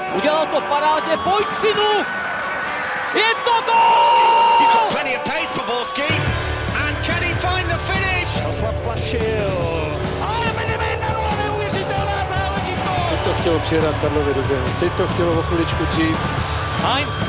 Udělal to parádně, pojď synu! Je to gól! He's got plenty of pace for Borski. And can he find the finish? Ale Medvedev, neuvěřitelná záležitost! Teď to chtělo přijedat Karlovi do běhu, teď to chtělo o chviličku dřív. Heinz!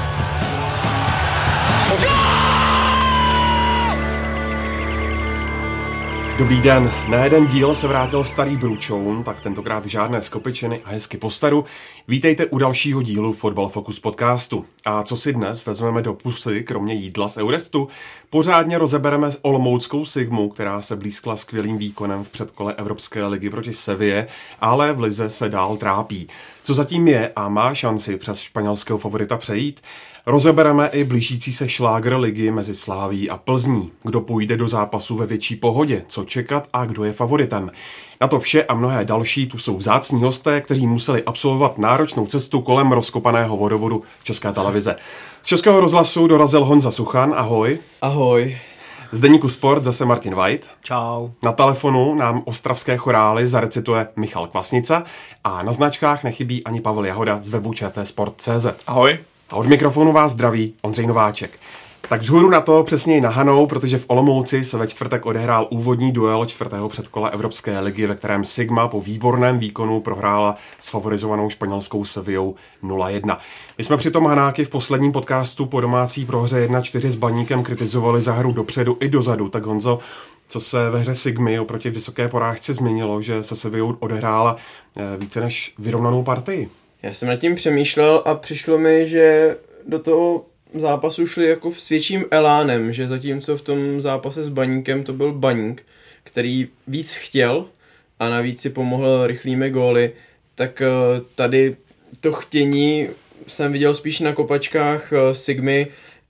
Dobrý den, na jeden díl se vrátil starý Bručoun, tak tentokrát žádné skopičiny a hezky po staru. Vítejte u dalšího dílu Fotbal Focus podcastu. A co si dnes vezmeme do pusy, kromě jídla z Eurestu? Pořádně rozebereme olomouckou Sigmu, která se blízkla skvělým výkonem v předkole Evropské ligy proti Seville, ale v lize se dál trápí. Co zatím je a má šanci přes španělského favorita přejít? Rozebereme i blížící se šlágr ligy mezi Slavií a Plzní. Kdo půjde do zápasu ve větší pohodě, co čekat a kdo je favoritem. Na to vše a mnohé další tu jsou vzácní hosté, kteří museli absolvovat náročnou cestu kolem rozkopaného vodovodu České televize. Z Českého rozhlasu dorazil Honza Suchan, ahoj. Ahoj. Z deníku Sport zase Martin White. Čau. Na telefonu nám ostravské chorály zarecituje Michal Kvasnica a na značkách nechybí ani Pavel Jahoda z webu čtsport.cz. Ahoj. A od mikrofonu vás zdraví Ondřej Nováček. Tak vzhůru na to přesněji na Hanou, protože v Olomouci se ve čtvrtek odehrál úvodní duel čtvrtého předkola Evropské ligy, ve kterém Sigma po výborném výkonu prohrála s favorizovanou španělskou Sevillou 0-1. My jsme přitom Hanáky v posledním podcastu po domácí prohře 1-4 s Baníkem kritizovali za hru dopředu i dozadu. Tak Honzo, co se ve hře Sigmy oproti vysoké porážce změnilo, že se Sevillou odehrála více než vyrovnanou partii? Já jsem nad tím přemýšlel a přišlo mi, že do toho zápasu šli jako s větším elánem, že zatímco v tom zápase s Baníkem to byl Baník, který víc chtěl a navíc si pomohl rychlými góly, tak tady to chtění jsem viděl spíš na kopačkách Sigmy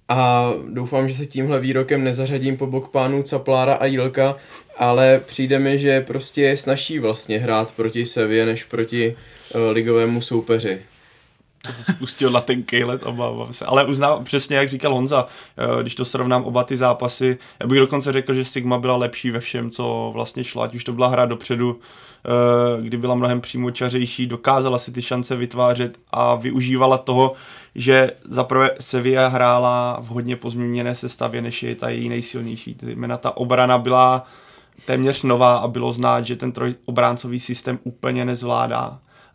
a doufám, že se tímhle výrokem nezařadím po bok pánů Caplára a Jílka, ale přijde mi, že prostě je snazší vlastně hrát proti Sevě než proti ligovému soupeři. To spustil na ten kejlet, obávám se. Ale uznám přesně, jak říkal Honza, když to srovnám oba ty zápasy, já bych dokonce řekl, že Sigma byla lepší ve všem, co vlastně šlo, ať už to byla hra dopředu, kdy byla mnohem přímočařejší, dokázala si ty šance vytvářet a využívala toho, že zaprvé Sevilla hrála v hodně pozměněné sestavě, než je ta její nejsilnější. Zejména ta obrana byla téměř nová a bylo znát, že ten trojobráncový systém úplně nezvládá.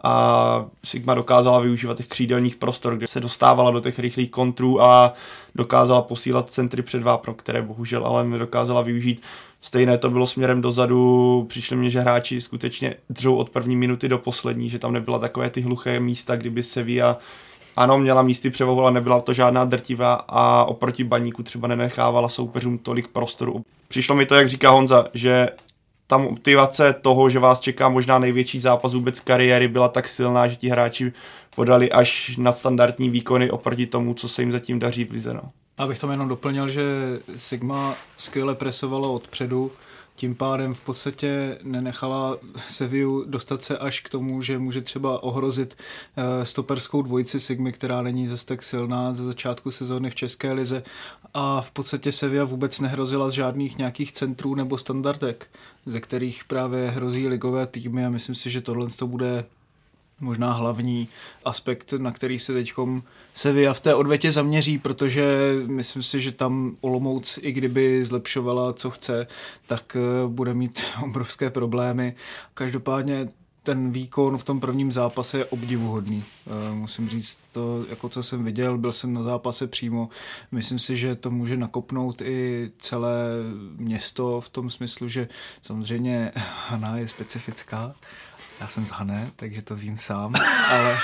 A Sigma dokázala využívat těch křídelních prostor, kde se dostávala do těch rychlých kontrů a dokázala posílat centry před vápno, které bohužel ale nedokázala využít. Stejné to bylo směrem dozadu, přišlo mně, že hráči skutečně dřou od první minuty do poslední, že tam nebyla takové ty hluché místa, kdyby Sevilla ano, měla místy převahu, ale nebyla to žádná drtivá a oproti Baníku třeba nenechávala soupeřům tolik prostoru. Přišlo mi to, jak říká Honza, že ta motivace toho, že vás čeká možná největší zápas vůbec kariéry, byla tak silná, že ti hráči podali až nadstandardní výkony oproti tomu, co se jim zatím daří v lize. No. Abych tam jenom doplnil, že Sigma skvěle presovalo odpředu, tím pádem v podstatě nenechala Sevillu dostat se až k tomu, že může třeba ohrozit stoperskou dvojici Sigmy, která není zase tak silná ze začátku sezóny v České lize a v podstatě Sevilla vůbec nehrozila z žádných nějakých centrů nebo standardek, ze kterých právě hrozí ligové týmy a myslím si, že tohle to bude možná hlavní aspekt, na který se teďkom Sevilla v té odvetě zaměří, protože myslím si, že tam Olomouc, i kdyby zlepšovala, co chce, tak bude mít obrovské problémy. Každopádně ten výkon v tom prvním zápase je obdivuhodný. Musím říct to, jako co jsem viděl, byl jsem na zápase přímo. Myslím si, že to může nakopnout i celé město v tom smyslu, že samozřejmě Hana je specifická. Já jsem z Hané, takže to vím sám, ale...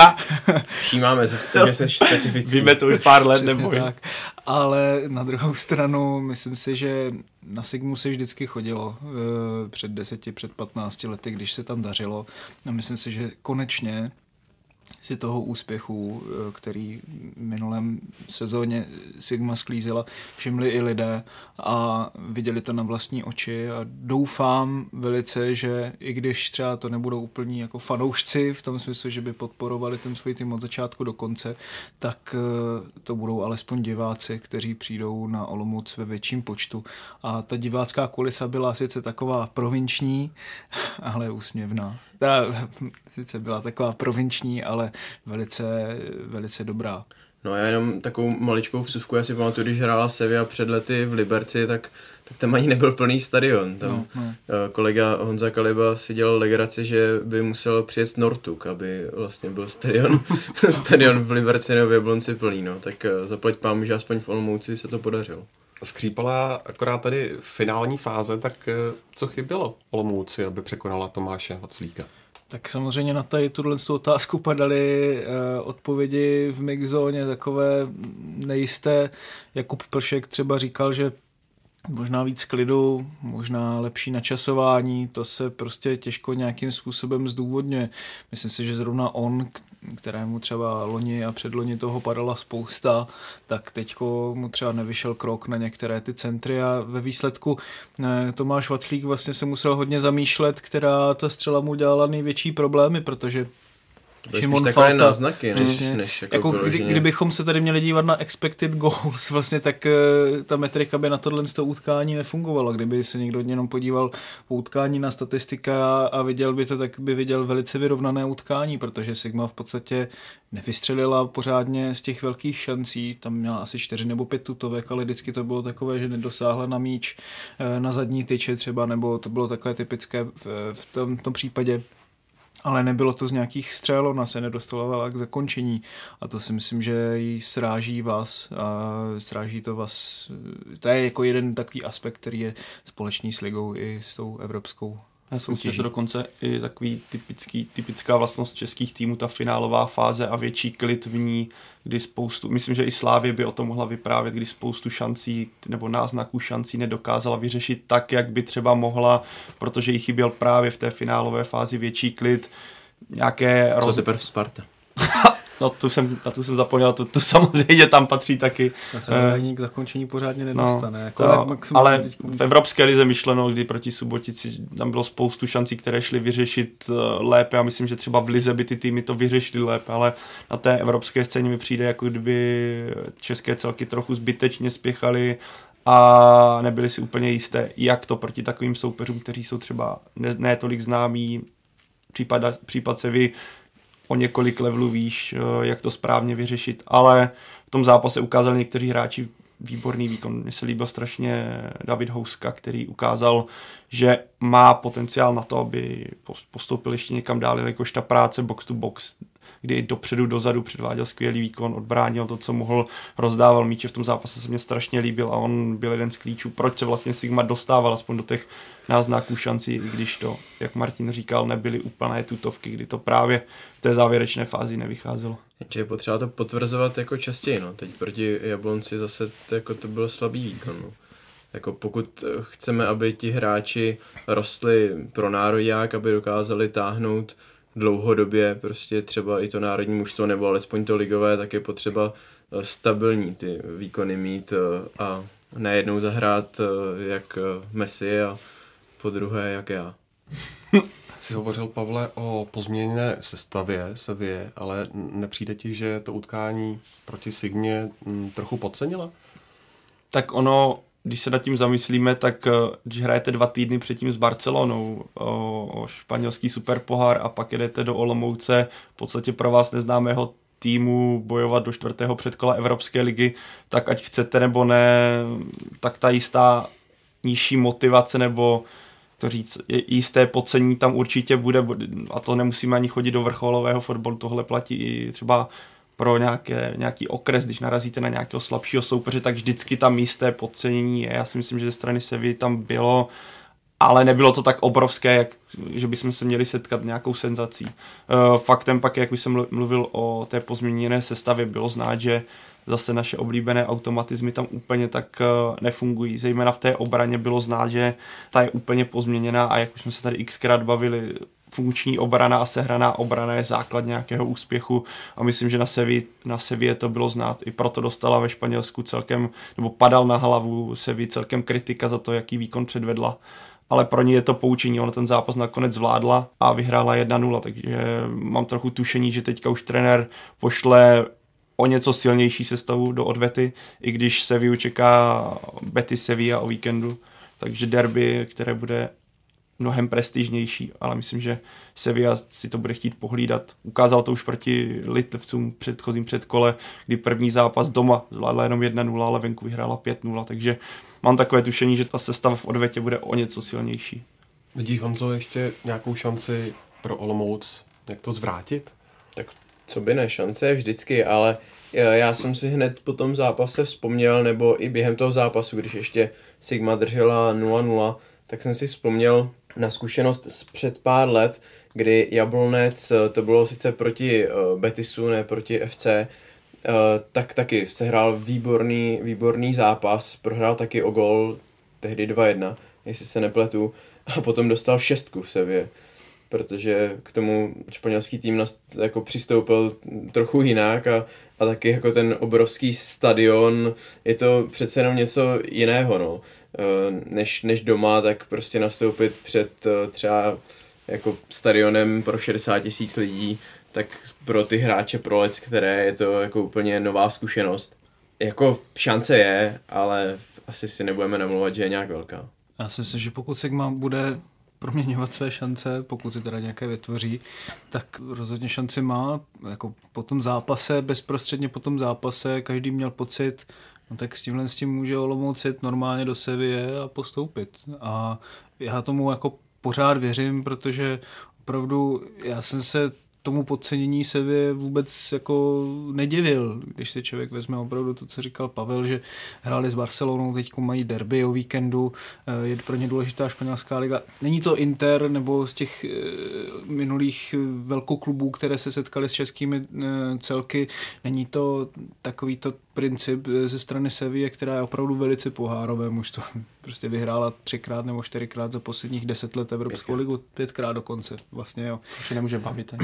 Všímáme, že jsi specifický. Víme to už pár let, nebo tak. Ale na druhou stranu, myslím si, že na Sigmu se vždycky chodilo před 10, před 15 lety, když se tam dařilo. A myslím si, že konečně si toho úspěchu, který v minulém sezóně Sigma sklízela, všimli i lidé a viděli to na vlastní oči a doufám velice, že i když třeba to nebudou úplní jako fanoušci v tom smyslu, že by podporovali ten svůj tým od začátku do konce, tak to budou alespoň diváci, kteří přijdou na Olomouc ve větším počtu. A ta divácká kulisa byla sice taková provinční, ale úsměvná. Teda sice byla taková provinční, ale ale velice, velice dobrá. No já jenom takovou maličkou vsuvku, já si pamatuju, když hrála Sevilla před lety v Liberci, tak tam ani nebyl plný stadion. Tam kolega Honza Kaliba si dělal legraci, že by musel přijet z Nortuk, aby vlastně byl stadion v Liberci nebo v Jablonci plný. No. Tak zaplať pámu, že aspoň v Olomouci se to podařilo. Skřípala akorát tady finální fáze, tak co chybělo Olomouci, aby překonala Tomáše Vaclíka? Tak samozřejmě na tady tuhle otázku padaly odpovědi v mixzóně takové nejisté. Jakub Plšek třeba říkal, že možná víc klidu, možná lepší načasování, to se prostě těžko nějakým způsobem zdůvodňuje. Myslím si, že zrovna on, kterému třeba loni a předloni toho padala spousta, tak teďko mu třeba nevyšel krok na některé ty centry a ve výsledku Tomáš Vaclík vlastně se musel hodně zamýšlet, která ta střela mu dělala největší problémy, protože Šimon Falta, náznaky, než jako kdybychom se tady měli dívat na expected goals, vlastně, tak ta metrika by na tohle utkání nefungovala. Kdyby se někdo jenom podíval po utkání na statistika a viděl by to, tak by viděl velice vyrovnané utkání, protože Sigma v podstatě nevystřelila pořádně z těch velkých šancí. Tam měla asi 4 nebo 5 tutovek, ale vždycky to bylo takové, že nedosáhla na míč na zadní tyče třeba, nebo to bylo takové typické v tom případě. Ale nebylo to z nějakých střel, ona se nedostala k zakončení a to si myslím, že jí sráží vás a sráží to vás, to je jako jeden takový aspekt, který je společný s ligou i s tou evropskou. Já si myslím, že to dokonce i takový typická vlastnost českých týmů, ta finálová fáze a větší klid v ní, kdy myslím, že i Slavie by o tom mohla vyprávět, kdy spoustu šancí nebo náznaků šancí nedokázala vyřešit tak, jak by třeba mohla, protože jí chyběl právě v té finálové fázi větší klid. Nějaké co teprve v Sparta? No, na tu jsem zapomněl, to samozřejmě tam patří taky. Já se ani k zakončení pořádně nedostane. Ale v Evropské lize myšleno, kdy proti Subotici tam bylo spoustu šancí, které šly vyřešit lépe. Já myslím, že třeba v lize by ty týmy to vyřešily lépe, ale na té evropské scéně mi přijde, jako kdyby české celky trochu zbytečně spěchaly a nebyli si úplně jisté, jak to proti takovým soupeřům, kteří jsou třeba ne tolik známí, případ Sevy, o několik levelů výš, jak to správně vyřešit, ale v tom zápase ukázali někteří hráči výborný výkon. Mně se líbil strašně David Houska, který ukázal, že má potenciál na to, aby postoupil ještě někam dál, jakož ta práce box to box, kdy dopředu, dozadu předváděl skvělý výkon, odbránil to, co mohl, rozdával míče v tom zápase, se mně strašně líbil a on byl jeden z klíčů, proč se vlastně Sigma dostával aspoň do těch náznaků šancí, i když to, jak Martin říkal, nebyly úplné tutovky, kdy to právě v té závěrečné fázi nevycházelo. Takže je potřeba to potvrzovat jako častěji, no. Teď proti Jablonci zase to byl slabý výkon, no. Jako pokud chceme, aby ti hráči rostli pro nároďák, aby dokázali táhnout dlouhodobě prostě třeba i to národní mužstvo nebo alespoň to ligové, tak je potřeba stabilní ty výkony mít a nejednou zahrát jak Messi a po druhé jak já. Jsi hovořil, Pavle, o pozměněné sestavě Sevilla, ale nepřijde ti, že to utkání proti Sigmě trochu podcenila? Tak ono, když se nad tím zamyslíme, tak když hrajete 2 týdny předtím s Barcelonou o španělský superpohár a pak jedete do Olomouce, v podstatě pro vás neznámého týmu bojovat do 4. předkola Evropské ligy, tak ať chcete nebo ne, tak ta jistá nižší motivace nebo to říct, jisté podcení tam určitě bude a to nemusíme ani chodit do vrcholového fotbalu, tohle platí i třeba pro nějaký okres, když narazíte na nějakého slabšího soupeře, tak vždycky tam jisté podcenění je. Já si myslím, že ze strany Sevilla tam bylo, ale nebylo to tak obrovské, že bychom se měli setkat nějakou senzací. Faktem pak, jak už jsem mluvil o té pozměněné sestavě, bylo znát, že zase naše oblíbené automatizmy tam úplně tak nefungují. Zejména v té obraně bylo znát, že ta je úplně pozměněná a jak už jsme se tady xkrát bavili, funkční obrana a sehraná obrana je základ nějakého úspěchu a myslím, že na Sevilla to bylo znát. I proto dostala ve Španělsku celkem, nebo padal na hlavu Sevilla celkem kritika za to, jaký výkon předvedla. Ale pro ní je to poučení, ona ten zápas nakonec zvládla a vyhrála 1-0, takže mám trochu tušení, že teďka už trenér pošle o něco silnější sestavu do odvety, i když Sevillu čeká Betis Sevilla o víkendu, takže derby, které bude mnohem prestižnější, ale myslím, že Sevilla si to bude chtít pohlídat. Ukázal to už proti Litovcům předchozím předkole, kdy první zápas doma zvládla jenom 1-0, ale venku vyhrála 5-0, takže mám takové tušení, že ta sestava v odvetě bude o něco silnější. Vidíš, Honzo, ještě nějakou šanci pro Olomouc, jak to zvrátit? Tak co by ne, šance je vždycky, ale já jsem si hned po tom zápase vzpomněl, nebo i během toho zápasu, když ještě Sigma držela 0-0, tak jsem si vzpomněl na zkušenost z před pár let, kdy Jablonec, to bylo sice proti Betisu, ne proti FC, tak taky sehrál výborný zápas, prohrál taky o gól, tehdy 2-1, jestli se nepletu, a potom dostal 6 v Sevě, protože k tomu španělský tým jako přistoupil trochu jinak a taky jako ten obrovský stadion, je to přece jenom něco jiného, no. Než doma, tak prostě nastoupit před třeba jako stadionem pro 60 000 lidí, tak pro ty hráče pro Lec, které je to jako úplně nová zkušenost. Jako šance je, ale asi si nebudeme namlouvat, že je nějak velká. Já si myslím, že pokud Sigma bude proměňovat své šance, pokud si teda nějaké vytvoří, tak rozhodně šanci má. Jako po tom zápase, bezprostředně po tom zápase, každý měl pocit, no tak s tím může Olomouc jít normálně do Seville a postoupit. A já tomu jako pořád věřím, protože opravdu já jsem se tomu podcenění Sevilla vůbec jako nedivil, když se člověk vezme opravdu to, co říkal Pavel, že hráli s Barcelonou, teď mají derby o víkendu, je pro ně důležitá španělská liga. Není to Inter nebo z těch minulých velkoklubů, které se setkaly s českými celky, není to takovýto princip ze strany Sevilla, která je opravdu velice pohárové mužstvo. Prostě vyhrála 3x nebo 4x za posledních 10 let Evropskou ligu, 5x dokonce. Vlastně jo. Už je nemůže bavit.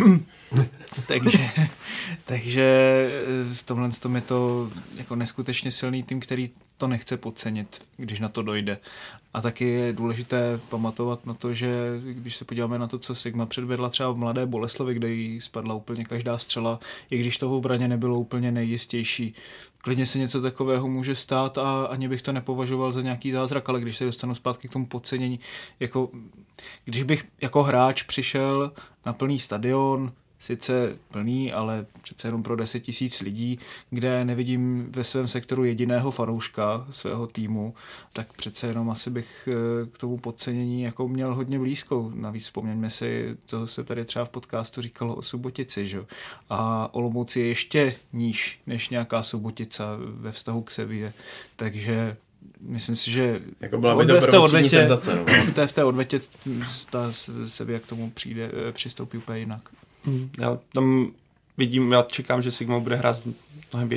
takže s tomhle tom je to jako neskutečně silný tým, který to nechce podcenit, když na to dojde. A taky je důležité pamatovat na to, že když se podíváme na to, co Sigma předvedla třeba v Mladé Boleslavi, kde jí spadla úplně každá střela, i když to v obraně nebylo úplně nejistější. Klidně se něco takového může stát a ani bych to nepovažoval za nějaký zázrak, ale když se dostanu zpátky k tomu podcenění, jako když bych jako hráč přišel na plný stadion, sice plný, ale přece jenom pro 10 000 lidí, kde nevidím ve svém sektoru jediného fanouška svého týmu, tak přece jenom asi bych k tomu podcenění jako měl hodně blízko. Navíc vzpomněňme si, to se tady třeba v podcastu říkalo o Subotici, že? A Olomouc je ještě níž než nějaká Subotica ve vztahu k Seville, takže myslím si, že jako byla by to prvotní senzace. No. V té odvetě ta Sevilla k tomu přistoupí úplně jinak. Já tam vidím, já čekám, že Sigma bude hrát z mnohem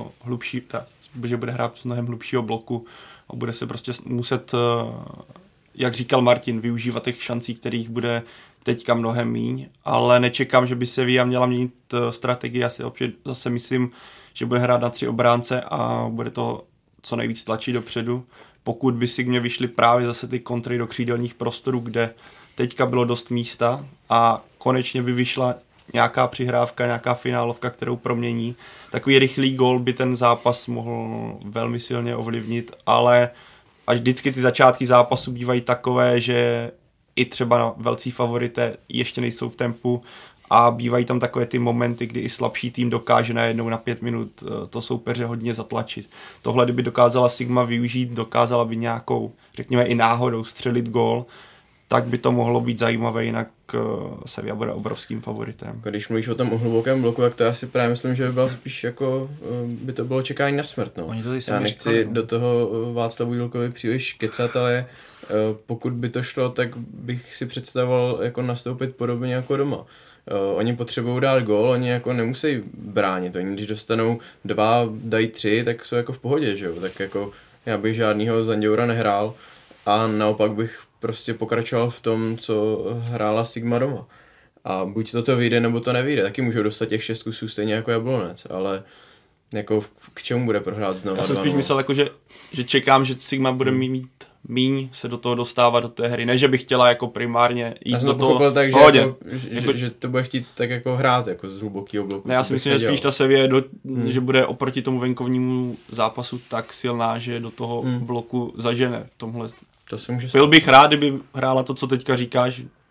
že bude hrát z mnohem hlubšího bloku a bude se prostě muset, jak říkal Martin, využívat těch šancí, kterých bude teďka mnohem míň, ale nečekám, že by Sevilla měla měnit strategii. Já si opět zase myslím, že bude hrát na 3 obránce a bude to co nejvíc tlačit dopředu. Pokud by Sigmě vyšly právě zase ty kontry do křídelních prostorů, kde teďka bylo dost místa a konečně by vyšla nějaká přihrávka, nějaká finálovka, kterou promění. Takový rychlý gól by ten zápas mohl velmi silně ovlivnit, ale až vždycky ty začátky zápasu bývají takové, že i třeba velcí favorité ještě nejsou v tempu a bývají tam takové ty momenty, kdy i slabší tým dokáže najednou na 5 minut to soupeře hodně zatlačit. Tohle, kdyby dokázala Sigma využít, dokázala by nějakou, řekněme i náhodou střelit gól, tak by to mohlo být zajímavé, jinak Sevilla bude obrovským favoritem. Když mluvíš o tom hlubokém bloku, tak to já si právě myslím, že by bylo spíš jako, by to bylo čekání na smrt. No. Já nechci do toho Václavu Jílkovi příliš kecat, ale pokud by to šlo, tak bych si představoval jako nastoupit podobně jako doma. Oni potřebují dát gól, oni jako nemusí bránit. Oni když dostanou 2, dají 3, tak jsou jako v pohodě, že jo? Tak jako já bych žádnýho Zanděura nehrál a naopak bych prostě pokračoval v tom, co hrála Sigma doma. A buď to vyjde, nebo to nevyjde. Taky můžou dostat těch 6 kusů stejně jako Jablonec, ale jako k čemu bude prohrát znovu? Já jsem spíš myslel, jako, že čekám, že Sigma bude mít míň se do toho dostávat do té hry. Ne, že bych chtěla jako primárně jít do toho. Tak, že to bude chtít tak jako hrát jako z hlubokého bloku. Ne, já si myslím, že spíš ta Sevilla že bude oproti tomu venkovnímu zápasu tak silná, že do toho bloku zažene. Tomhle. To se může Byl bych rád, kdyby hrála to, co teďka říkáš,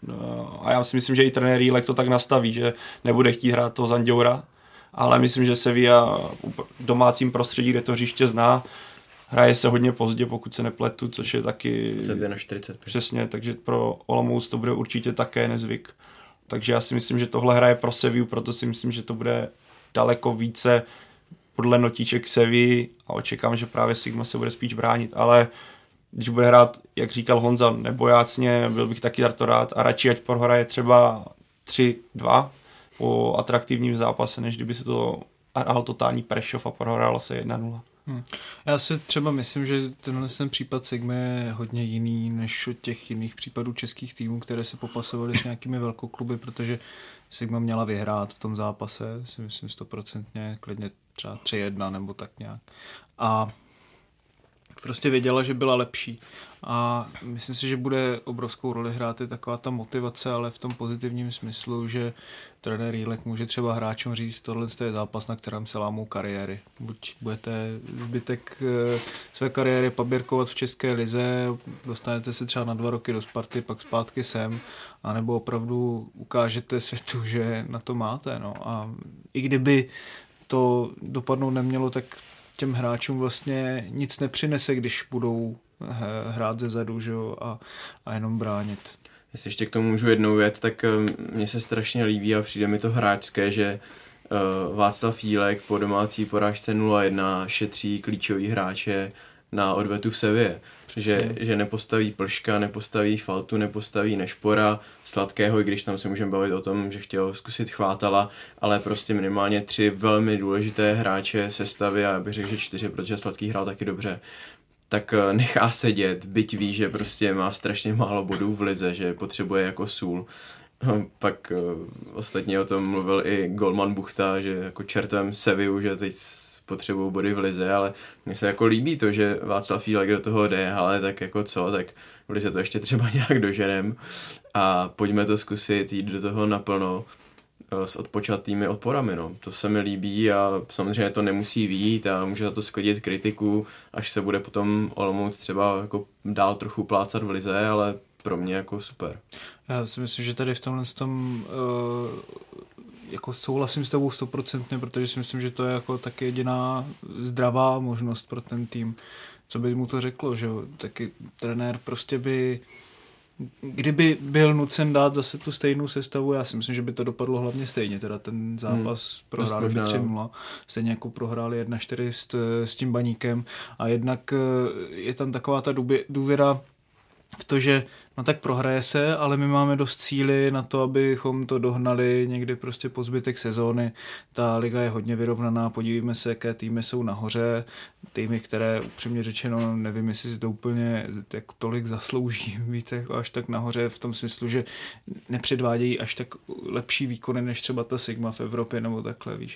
A já si myslím, že i trenér Jílek to tak nastaví, že nebude chtít hrát toho Zanděura, ale myslím, že Sevilla v domácím prostředí, kde to hřiště zná, hraje se hodně pozdě, pokud se nepletu, což je taky... 41:45. Přesně, takže pro Olomouc to bude určitě také nezvyk. Takže já si myslím, že tohle hraje pro Sevillu, proto si myslím, že to bude daleko více podle notíček Sevilly a očekám, že právě Sigma se bude spíš bránit, ale když bude hrát, jak říkal Honza, nebojácně, byl bych taky to rád a radši ať prohraje třeba 3-2 po atraktivním zápase, než kdyby se to hrál totální Prešov a prohrálo se 1-0. Já si třeba myslím, že ten případ Sigmy je hodně jiný než od těch jiných případů českých týmů, které se popasovaly s nějakými velkokluby, protože Sigma měla vyhrát v tom zápase, si myslím 100%, klidně třeba 3-1 nebo tak nějak. A prostě věděla, že byla lepší. A myslím si, že bude obrovskou roli hrát i taková ta motivace, ale v tom pozitivním smyslu, že trenér Jílek může třeba hráčům říct, tohle je zápas, na kterém se lámou kariéry. Buď budete zbytek své kariéry paběrkovat v české lize, dostanete se třeba na 2 roky do Sparty, pak zpátky sem, anebo opravdu ukážete světu, že na to máte. No. A i kdyby to dopadnout nemělo, tak těm hráčům vlastně nic nepřinese, když budou hrát ze zadu, že jo, a jenom bránit. Jestli ještě k tomu můžu jednou věc, tak mně se strašně líbí a přijde mi to hráčské, že Václav Jílek po domácí porážce 0-1 šetří klíčový hráče na odvetu v Sevě. Že nepostaví Plška, nepostaví Faltu, nepostaví Nešpora, Sladkého, i když tam se můžeme bavit o tom, že chtěl zkusit Chvátala, ale prostě minimálně 3 velmi důležité hráče sestavy, a já bych řekl, že 4, protože Sladký hrál taky dobře, tak nechá sedět, byť ví, že prostě má strašně málo bodů v lize, že potřebuje jako sůl. Pak ostatně o tom mluvil i golman Buchta, že jako čertovem Sevillu, že teď potřebují body v lize, ale mně se jako líbí to, že Václav Jílek do toho jde, ale tak jako co, tak v lize to ještě třeba nějak doženem a pojďme to zkusit jít do toho naplno s odpočatými odporami, no. To se mi líbí a samozřejmě to nemusí vyjít a může za to sklidit kritiku, až se bude potom Olomouc třeba jako dál trochu plácat v lize, ale pro mě jako super. Já si myslím, že tady v tomhle tom jako souhlasím s tebou 100%, protože si myslím, že to je jako taky jediná zdravá možnost pro ten tým. Co by mu to řeklo, že taky trenér prostě by, kdyby byl nucen dát zase tu stejnou sestavu, já si myslím, že by to dopadlo hlavně stejně, teda ten zápas prohráli 3-0, stejně jako prohráli 1-4 s tím Baníkem a jednak je tam taková ta důvěra v to, že no tak prohraje se, ale my máme dost síly na to, abychom to dohnali někdy prostě po zbytek sezóny. Ta liga je hodně vyrovnaná, podívejme se, jaké týmy jsou nahoře, týmy, které upřímně řečeno nevím, jestli si to úplně tak tolik zaslouží být jako až tak nahoře v tom smyslu, že nepředvádějí až tak lepší výkony než třeba ta Sigma v Evropě nebo takhle, víš.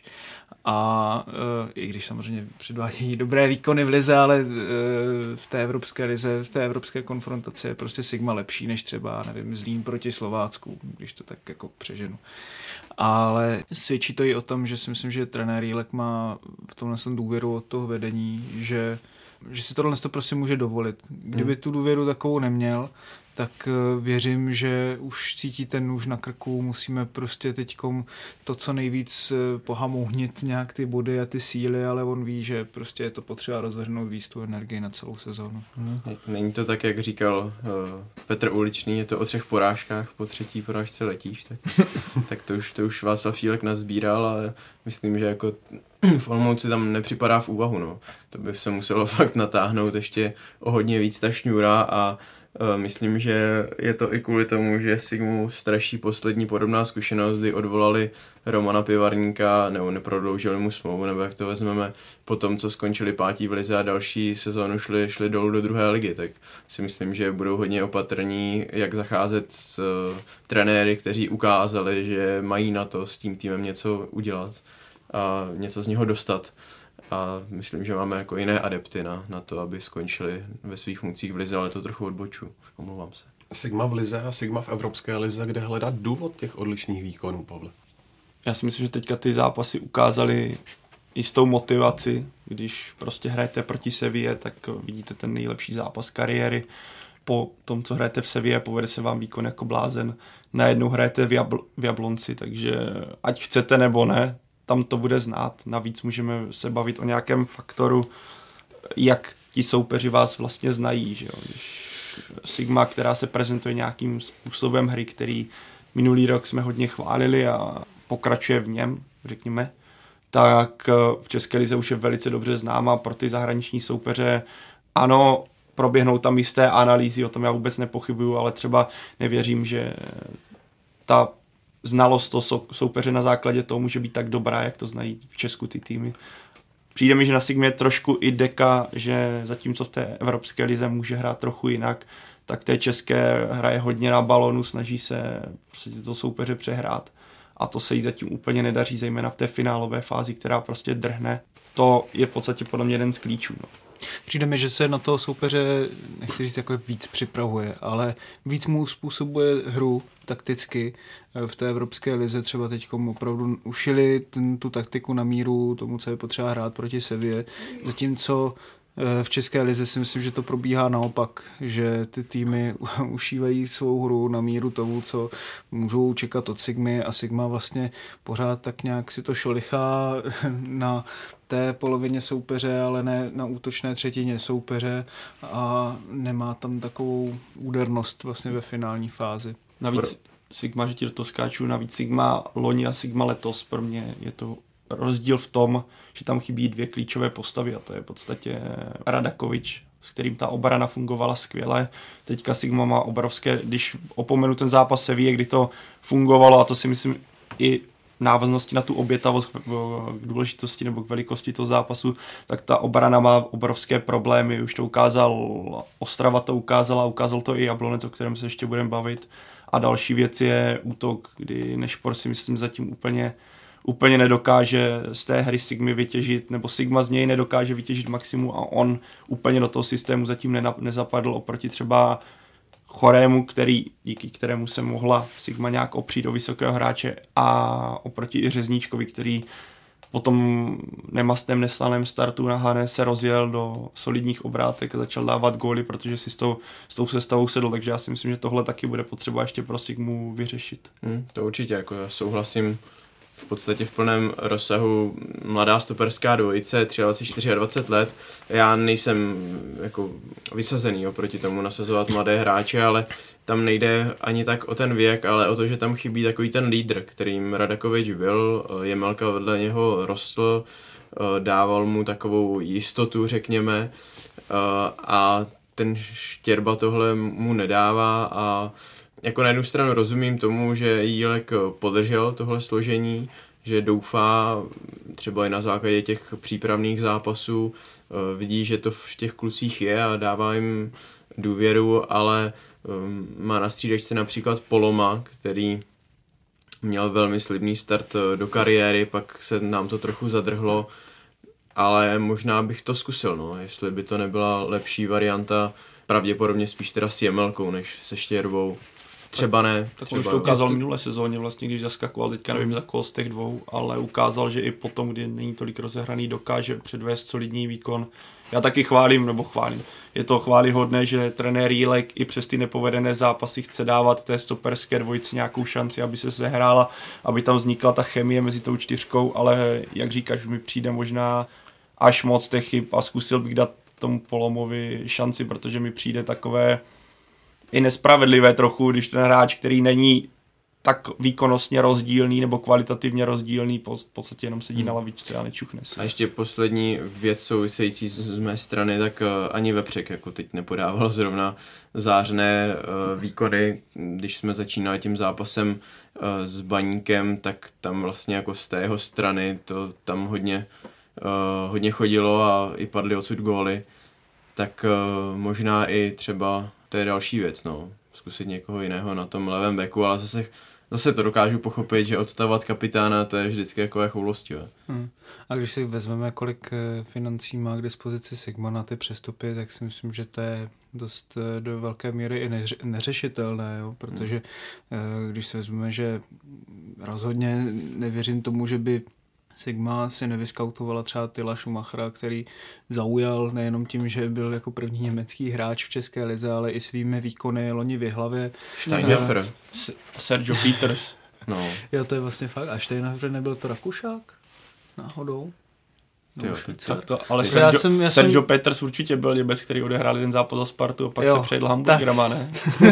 A i když samozřejmě předvádějí dobré výkony v lize, ale v té evropské lize, v té evropské konfrontaci je prostě Sigma lepší než třeba, nevím, Zlín proti Slovácku, když to tak jako přeženu. Ale svědčí to i o tom, že si myslím, že trenér Jílek má v tomhle důvěru od toho vedení, že si tohle prostě může dovolit. Kdyby tu důvěru takovou neměl, tak věřím, že už cítí ten nůž na krku, musíme prostě teďkom to co nejvíc pohamouhnit nějak ty body a ty síly, ale on ví, že prostě je to potřeba rozvrhnout víc tu energii na celou sezónu. Není to tak, jak říkal Petr Uličný, je to o 3 porážkách, po 3. porážce letíš, tak to už Václav Jílek nazbíral, ale myslím, že jako v Olomouci tam nepřipadá v úvahu, no. To by se muselo fakt natáhnout ještě o hodně víc ta šňůra a myslím, že je to i kvůli tomu, že Sigmu straší poslední podobná zkušenost, kdy odvolali Romana Pivarníka, nebo neprodloužili mu smlouvu, nebo jak to vezmeme, po tom, co skončili 5. v lize a další sezónu šli dolů do 2. ligy, tak si myslím, že budou hodně opatrní, jak zacházet s trenéry, kteří ukázali, že mají na to s tím týmem něco udělat a něco z něho dostat. A myslím, že máme jako jiné adepty na to, aby skončili ve svých funkcích v lize, ale to trochu odboču. Omlouvám se. Sigma v lize a Sigma v evropské lize, kde hledat důvod těch odlišných výkonů, Pavle? Já si myslím, že teďka ty zápasy ukázaly jistou motivaci. Když prostě hrajete proti Seville, tak vidíte ten nejlepší zápas kariéry. po tom, co hrajete v Sevilla, povede se vám výkon jako blázen. Najednou hrajete v Jablonci, takže ať chcete nebo ne, tam to bude znát. Navíc můžeme se bavit o nějakém faktoru, jak ti soupeři vás vlastně znají. Že jo? Když Sigma, která se prezentuje nějakým způsobem hry, který minulý rok jsme hodně chválili a pokračuje v něm, řekněme, tak v České lize už je velice dobře známa pro ty zahraniční soupeře. Ano, proběhnou tam jisté analýzy, o tom já vůbec nepochybuju, ale třeba nevěřím, že ta znalost toho soupeře na základě toho může být tak dobrá, jak to znají v Česku ty týmy. Přijde mi, že na Sigmě je trošku i deka, že zatímco v té evropské lize může hrát trochu jinak, tak té české hraje hodně na balonu, snaží se prostě to soupeře přehrát. A to se jí zatím úplně nedaří, zejména v té finálové fázi, která prostě drhne. To je v podstatě podle mě jeden z klíčů. No. Přijde mi, že se na toho soupeře, nechci říct, jako víc připravuje, ale víc mu způsobuje hru takticky. V té evropské lize třeba teď opravdu ušili tu taktiku na míru tomu, co je potřeba hrát proti Seville. Zatímco v České lize si myslím, že to probíhá naopak, že ty týmy ušívají svou hru na míru tomu, co můžou čekat od Sigmy a Sigma vlastně pořád tak nějak si to šolichá na té polovině soupeře, ale ne na útočné třetině soupeře a nemá tam takovou údernost vlastně ve finální fázi. Navíc Sigma, že ti do toho skáču, navíc Sigma loni a Sigma letos, pro mě je to rozdíl v tom, že tam chybí dvě klíčové postavy a to je v podstatě Radakovič, s kterým ta obrana fungovala skvěle. Teďka Sigma má obrovské, když opomenu ten zápas Sevilla, kdy to fungovalo a to si myslím i návaznosti na tu obětavost k důležitosti nebo k velikosti toho zápasu, tak ta obrana má obrovské problémy. Už to ukázal Ostrava, to ukázala, ukázal to i Jablonec, o kterém se ještě budeme bavit. A další věc je útok, kdy Nešpor si myslím zatím úplně nedokáže z té hry Sigmy vytěžit, nebo Sigma z něj nedokáže vytěžit maximum a on úplně do toho systému zatím nezapadl oproti třeba Chorému, díky kterému se mohla Sigma nějak opřít do vysokého hráče a oproti i Řezníčkovi, který po tom nemastém neslaném startu na Hané se rozjel do solidních obrátek a začal dávat góly, protože si s tou sestavou sedl, takže já si myslím, že tohle taky bude potřeba ještě pro Sigmu vyřešit. To určitě, jako já souhlasím v podstatě v plném rozsahu. Mladá stoperská dvojice, 23-24 let. Já nejsem jako vysazený oproti tomu nasazovat mladé hráče, ale tam nejde ani tak o ten věk, ale o to, že tam chybí takový ten lídr, kterým Radakovič byl. Jemelka vedle něho rostl, dával mu takovou jistotu, řekněme, a ten Štěrba tohle mu nedává a jako na jednu stranu rozumím tomu, že Jílek podržel tohle složení, že doufá třeba i na základě těch přípravných zápasů, vidí, že to v těch klucích je a dává jim důvěru, ale má na střídačce například Poloma, který měl velmi slibný start do kariéry, pak se nám to trochu zadrhlo, ale možná bych to zkusil, no, jestli by to nebyla lepší varianta, pravděpodobně spíš teda s Jemelkou než se Štěrbou. Třeba ne. Tak už to ukázal minulé sezóně vlastně, když zaskakoval, teďka nevím za koho z těch dvou, ale ukázal, že i potom, kdy není tolik rozehraný, dokáže předvést solidní výkon. Já taky chválím. Je to chválihodné, že trenér Jílek i přes ty nepovedené zápasy chce dávat té stoperské dvojici nějakou šanci, aby se sehrála, aby tam vznikla ta chemie mezi tou čtyřkou, ale jak říkáš, mi přijde možná až moc těch chyb a zkusil bych dát tomu Polomovi šanci, protože mi přijde takové i nespravedlivé trochu, když ten hráč, který není tak výkonnostně rozdílný nebo kvalitativně rozdílný, v podstatě jenom sedí na lavičce a nečuchne se. A ještě poslední věc související z mé strany, tak ani Vepřek jako teď nepodával zrovna zářné výkony. Když jsme začínali tím zápasem s Baníkem, tak tam vlastně jako z té jeho strany to tam hodně chodilo a i padly odsud góly. Tak možná i třeba to je další věc, no. Zkusit někoho jiného na tom levém beku, ale zase to dokážu pochopit, že odstavovat kapitána, to je vždycky jako choulostivé. A když si vezmeme, kolik financí má k dispozici Sigma na ty přestupy, tak si myslím, že to je dost do velké míry i neřešitelné, jo? Protože když si vezmeme, že rozhodně nevěřím tomu, že by Sigma si nevyskautovala třeba Tila Schumachera, který zaujal nejenom tím, že byl jako první německý hráč v české lize, ale i svými výkony loni v Jihlavě. Steinhofer. Sergio Peters. No. Jo, to je vlastně fakt. A Steinhofer nebyl to Rakušák? Náhodou? Ale Sergio Peters určitě byl Němec, který odehrál jeden zápas za Spartu a pak se přejdl Hamburgerama, ne?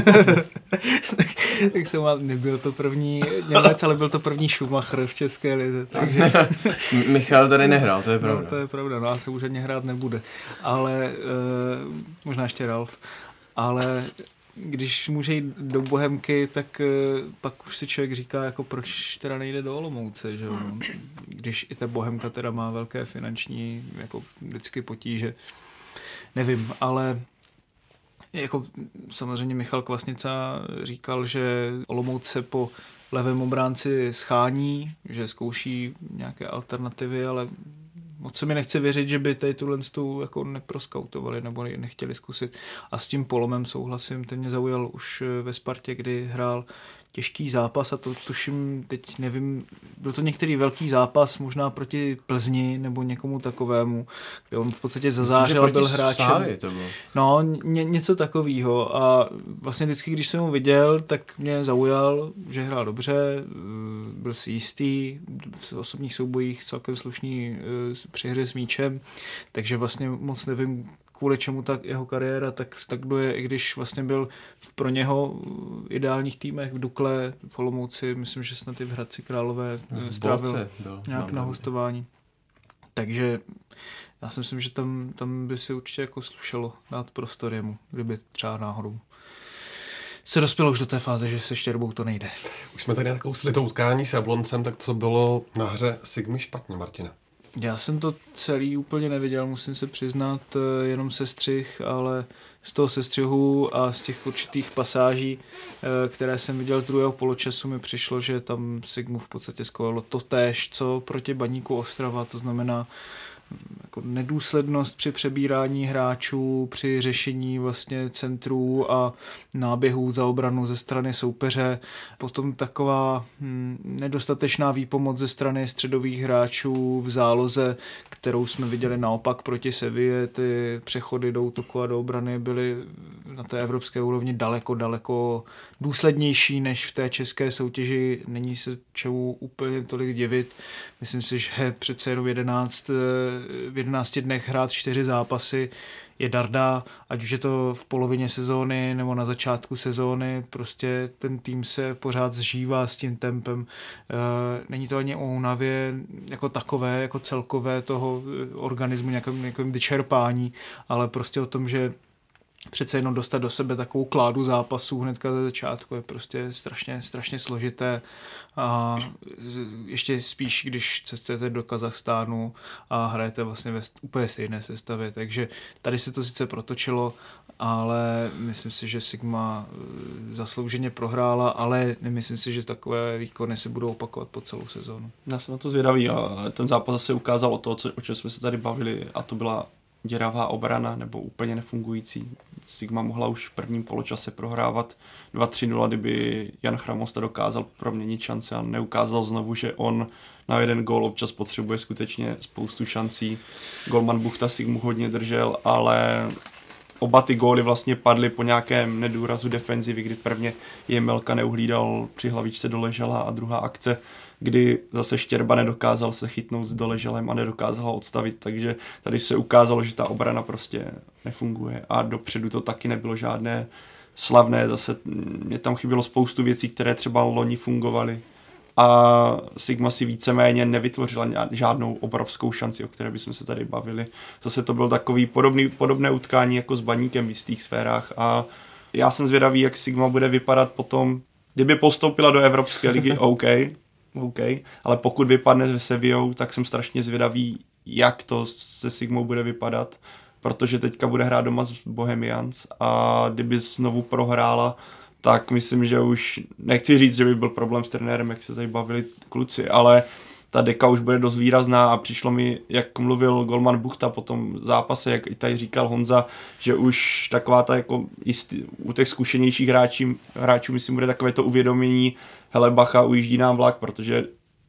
Tak jsem nebyl to první Němec, ale byl to první Schumacher v české lize. Takže... Michal tady nehrál, to je pravda. No, to je pravda, no a se už ani hrát nebude. Ale možná ještě Ralf. Ale když může jít do Bohemky, tak pak už si člověk říká, jako proč teda nejde do Olomouce, že jo? Když i ta Bohemka teda má velké finanční jako vždycky potíže. Nevím, ale jako samozřejmě Michal Kvasnica říkal, že Olomouc se po levém obránci schání, že zkouší nějaké alternativy, ale moc se mi nechce věřit, že by tady tuhle jako neproskautovali nebo nechtěli zkusit. A s tím Polomem souhlasím, ten mě zaujal už ve Spartě, kdy hrál těžký zápas a to tuším, teď nevím, byl to některý velký zápas, možná proti Plzni nebo někomu takovému, kde on v podstatě zazářil, byl hráčem. Slávy to bylo. No, něco takového a vlastně vždycky, když jsem ho viděl, tak mě zaujal, že hrál dobře, byl si jistý, v osobních soubojích celkem slušný při hře s míčem, takže vlastně moc nevím, kvůli čemu tak jeho kariéra tak stagnuje, i když vlastně byl pro něho ideálních týmech v Dukle, v Olomouci, myslím, že snad i v Hradci Králové strávil nějak na hostování. Takže já si myslím, že tam by si určitě jako slušelo dát prostor jemu, kdyby třeba náhodou se dospělo už do té fáze, že se Štěrbou to nejde. Už jsme tady nakousli to utkání s Jabloncem, tak co bylo na hře Sigmy špatně, Martina? Já jsem to celý úplně neviděl, musím se přiznat, jenom sestřih, ale z toho sestřihu a z těch určitých pasáží, které jsem viděl z druhého poločasu, mi přišlo, že tam Sigmu v podstatě skojilo totéž, co proti Baníku Ostrava, to znamená jako nedůslednost při přebírání hráčů, při řešení vlastně centrů a náběhů za obranu ze strany soupeře. Potom taková nedostatečná výpomoc ze strany středových hráčů v záloze, kterou jsme viděli naopak proti Seville. Ty přechody do útoku a do obrany byly na té evropské úrovni daleko důslednější než v té české soutěži. Není se čemu úplně tolik divit. Myslím si, že přece jenom v 11 dnech hrát 4 zápasy je darda, ať už je to v polovině sezóny nebo na začátku sezóny, prostě ten tým se pořád zžívá s tím tempem. Není to ani o únavě jako takové, jako celkové toho organismu, nějakém vyčerpání, ale prostě o tom, že přece jenom dostat do sebe takovou kládu zápasů hnedka ze začátku je prostě strašně složité a ještě spíš, když cestujete do Kazachstánu a hrajete vlastně ve úplně stejné sestavě, takže tady se to sice protočilo, ale myslím si, že Sigma zaslouženě prohrála, ale nemyslím si, že takové výkony se budou opakovat po celou sezónu. Já jsem na to zvědavý a ten zápas zase ukázal to, o čem jsme se tady bavili, a to byla děravá obrana nebo úplně nefungující. Sigma mohla už v prvním poločase prohrávat 2-3-0, kdyby Jan Chramosta dokázal proměnit šance a neukázal znovu, že on na jeden gól občas potřebuje skutečně spoustu šancí. Golman Buchta Sigmu hodně držel, ale oba ty góly vlastně padly po nějakém nedůrazu defenzivy, kdy prvně Jemelka neuhlídal při hlavičce Doležela a druhá akce, kdy zase Štěrba nedokázal se chytnout s Doleželem a nedokázal ho odstavit, takže tady se ukázalo, že ta obrana prostě nefunguje a dopředu to taky nebylo žádné slavné, zase mě tam chybělo spoustu věcí, které třeba loni fungovaly a Sigma si víceméně nevytvořila žádnou obrovskou šanci, o které bychom se tady bavili. Zase to bylo takový podobné utkání jako s Baníkem v jistých sférách a já jsem zvědavý, jak Sigma bude vypadat potom, kdyby postoupila do Evropské ligy, OK, ale pokud vypadne se Sevillou, tak jsem strašně zvědavý, jak to se Sigmou bude vypadat, protože teďka bude hrát doma s Bohemians a kdyby znovu prohrála, tak myslím, že už nechci říct, že by byl problém s trenérem, jak se tady bavili kluci, ale ta deka už bude dost výrazná a přišlo mi, jak mluvil golman Buchta po tom zápase, jak i tady říkal Honza, že už taková ta jako u těch zkušenějších hráčů myslím, bude takové to uvědomění, hele bacha, ujíždí nám vlak, protože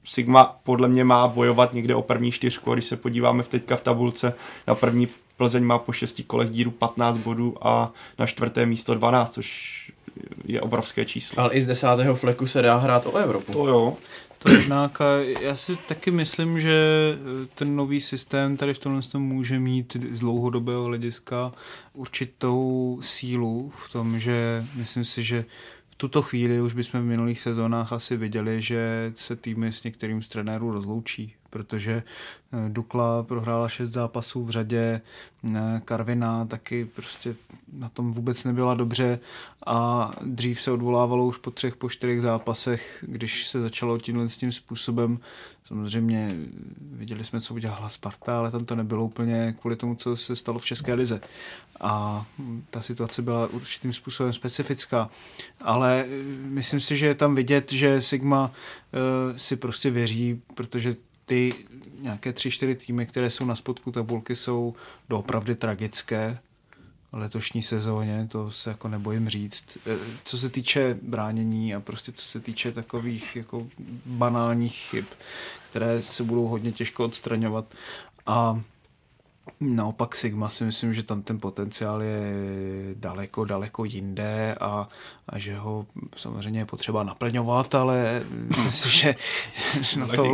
Sigma podle mě má bojovat někde o první 4, a když se podíváme teďka v tabulce, na první Plzeň má po 6 kolech díru 15 bodů a na 4. místo 12, což je obrovské číslo. Ale i z 10. fleku se dá hrát o Evropu. To jo. To jednak a já si taky myslím, že ten nový systém tady v tomhle může mít z dlouhodobého hlediska určitou sílu v tom, že myslím si, že v tuto chvíli už bychom v minulých sezónách asi viděli, že se týmy s některým z trenérů rozloučí, protože Dukla prohrála 6 zápasů v řadě, Karviná taky prostě na tom vůbec nebyla dobře a dřív se odvolávalo už po 3, po 4 zápasech, když se začalo tímhle s tím způsobem. Samozřejmě viděli jsme, co udělala Sparta, ale tam to nebylo úplně kvůli tomu, co se stalo v České lize. A ta situace byla určitým způsobem specifická. Ale myslím si, že je tam vidět, že Sigma si prostě věří, protože ty nějaké 3-4 týmy, které jsou na spodku tabulky, jsou doopravdy tragické letošní sezóně, to se jako nebojím říct. Co se týče bránění a prostě co se týče takových jako banálních chyb, které se budou hodně těžko odstraňovat. A naopak Sigma si myslím, že tam ten potenciál je daleko jinde a že ho samozřejmě je potřeba naplňovat, ale myslím si, že na to